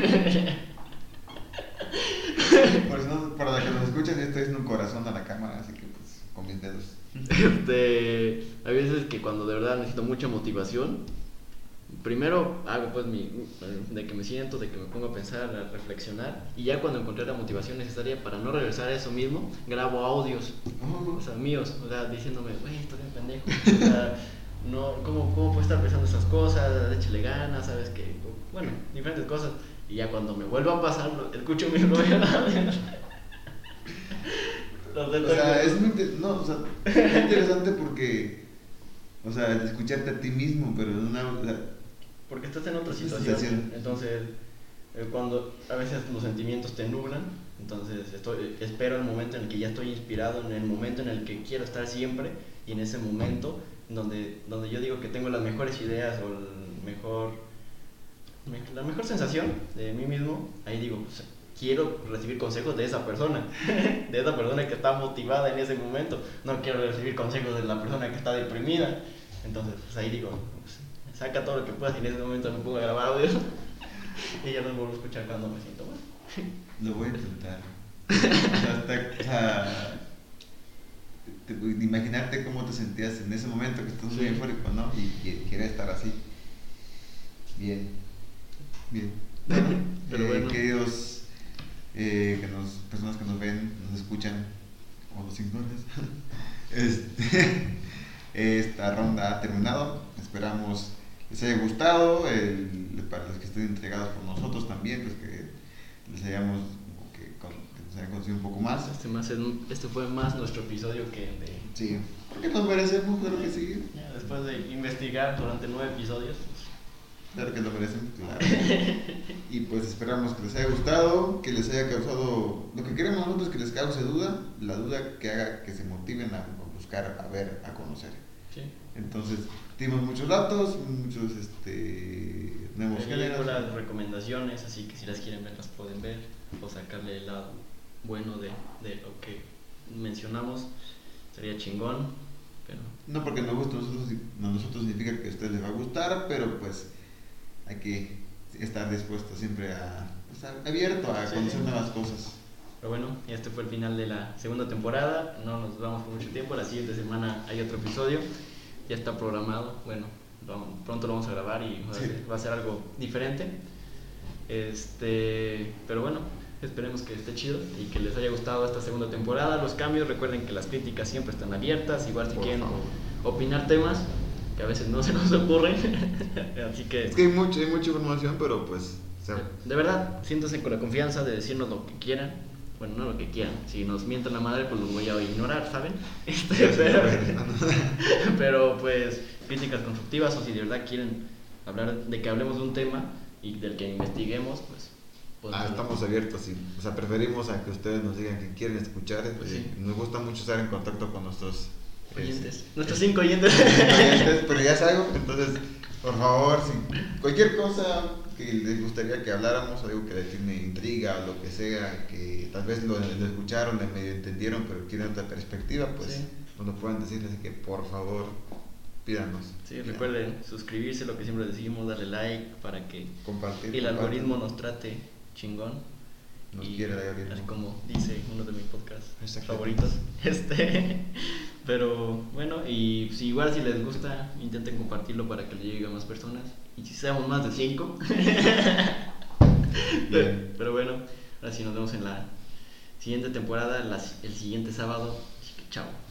Por si no, para que nos escuchen, estoy haciendo un corazón a la cámara, así que pues con mis dedos. Este, hay veces que cuando de verdad necesito mucha motivación, primero hago pues mi, de que me siento, de que me pongo a pensar, a reflexionar y ya cuando encontré la motivación necesaria para no regresar a eso mismo, grabo audios, Oh. o sea, míos, o sea, diciéndome, güey, estoy bien pendejo, o sea, no, ¿cómo, cómo puedo estar pensando esas cosas? Échale ganas, ¿sabes qué? Bueno, diferentes cosas. Y ya cuando me vuelva a pasar, lo- escucho mi audio. Los del O sea, Tokio. es muy, inte- no, o sea, es interesante porque, o sea, escucharte a ti mismo, pero en una, o sea, Porque estás en otra es una situación. sensación. Entonces, eh, cuando a veces los sentimientos te nublan, entonces estoy, espero el momento en el que ya estoy inspirado, en el momento en el que quiero estar siempre, y en ese momento donde, donde yo digo que tengo las mejores ideas o el mejor, me- la mejor sensación de mí mismo, ahí digo, pues, quiero recibir consejos de esa persona, de esa persona que está motivada en ese momento, no quiero recibir consejos de la persona que está deprimida. Entonces, pues ahí digo, pues, saca todo lo que puedas y en ese momento me pongo a grabar audio y ya los vuelvo a escuchar cuando me siento mal. Lo voy a intentar. O sea, hasta, o sea, te- te- imaginarte cómo te sentías en ese momento que estás muy Sí. eufórico, ¿no? Y, y quieres estar así. Bien, bien. Bueno, Pero eh, bueno. queridos eh, que nos, personas que nos ven, nos escuchan, o nos ignoran, este, esta ronda ha terminado. Esperamos les haya gustado, el- para los que estén entregados por nosotros también, pues que les hayamos, como que, con- que nos hayan conocido un poco más. Este, más es- este fue más nuestro episodio que el de... Sí, porque nos merecemos, claro que sí. Ya, después de investigar durante nueve episodios, pues, Claro que lo merecen, claro. Y pues esperamos que les haya gustado, que les haya causado lo que queremos nosotros, que les cause duda, la duda que haga que se motiven a buscar, a ver, a conocer. sí. Entonces, dimos muchos datos, muchos este, nuevos géneros. Películas, recomendaciones, así que si las quieren ver las pueden ver o sacarle el lado bueno de, de lo que mencionamos, sería chingón, pero No porque nos guste a nosotros, no, nosotros significa que a ustedes les va a gustar, pero pues hay que estar dispuesto siempre a, pues, a- abierto a Sí, conocer sí. nuevas cosas. Pero bueno, este fue el final de la segunda temporada. No nos vamos por mucho tiempo. La siguiente semana hay otro episodio. Ya está programado. Bueno, vamos- pronto lo vamos a grabar y va a, Sí. ser, va a ser algo diferente. Este, pero bueno, esperemos que esté chido y que les haya gustado esta segunda temporada. Los cambios, recuerden que las críticas siempre están abiertas. Igual si Por quieren favor. opinar temas que a veces no se nos ocurren. Así que Es que hay, mucho, hay mucha información, pero pues... o sea, de verdad, siéntanse con la confianza de decirnos lo que quieran. Bueno, no lo que quieran. Si nos mientan la madre, pues los voy a ignorar, ¿saben? Este, ya se pero, sabe. pero, pues, críticas constructivas o si de verdad quieren hablar de que hablemos de un tema y del que investiguemos, pues... pues Ah, estamos abiertos, sí. O sea, preferimos a que ustedes nos digan que quieren escuchar. Pues eh, sí. Nos gusta mucho estar en contacto con nuestros oyentes. eh, Nuestros cinco oyentes. oyentes, pero ya es algo. Entonces, por favor, si cualquier cosa que les gustaría que habláramos, algo que les tiene intriga o lo que sea, que tal vez lo, lo escucharon, le medio entendieron, pero quieren otra perspectiva, pues Sí. nos lo puedan decir. Así que, por favor, pídanos. Sí, recuerden suscribirse, lo que siempre decimos, darle like para que Compartir. el compartan. algoritmo nos trate chingón. Nos Y quiere el algoritmo. así como dice uno de mis podcasts Exacto. favoritos. Este, pero bueno, y si igual si les gusta, intenten compartirlo para que le llegue a más personas. Y si seamos más de cinco. Bien. Pero bueno, ahora sí nos vemos en la siguiente temporada, las- el siguiente sábado. Así que chao.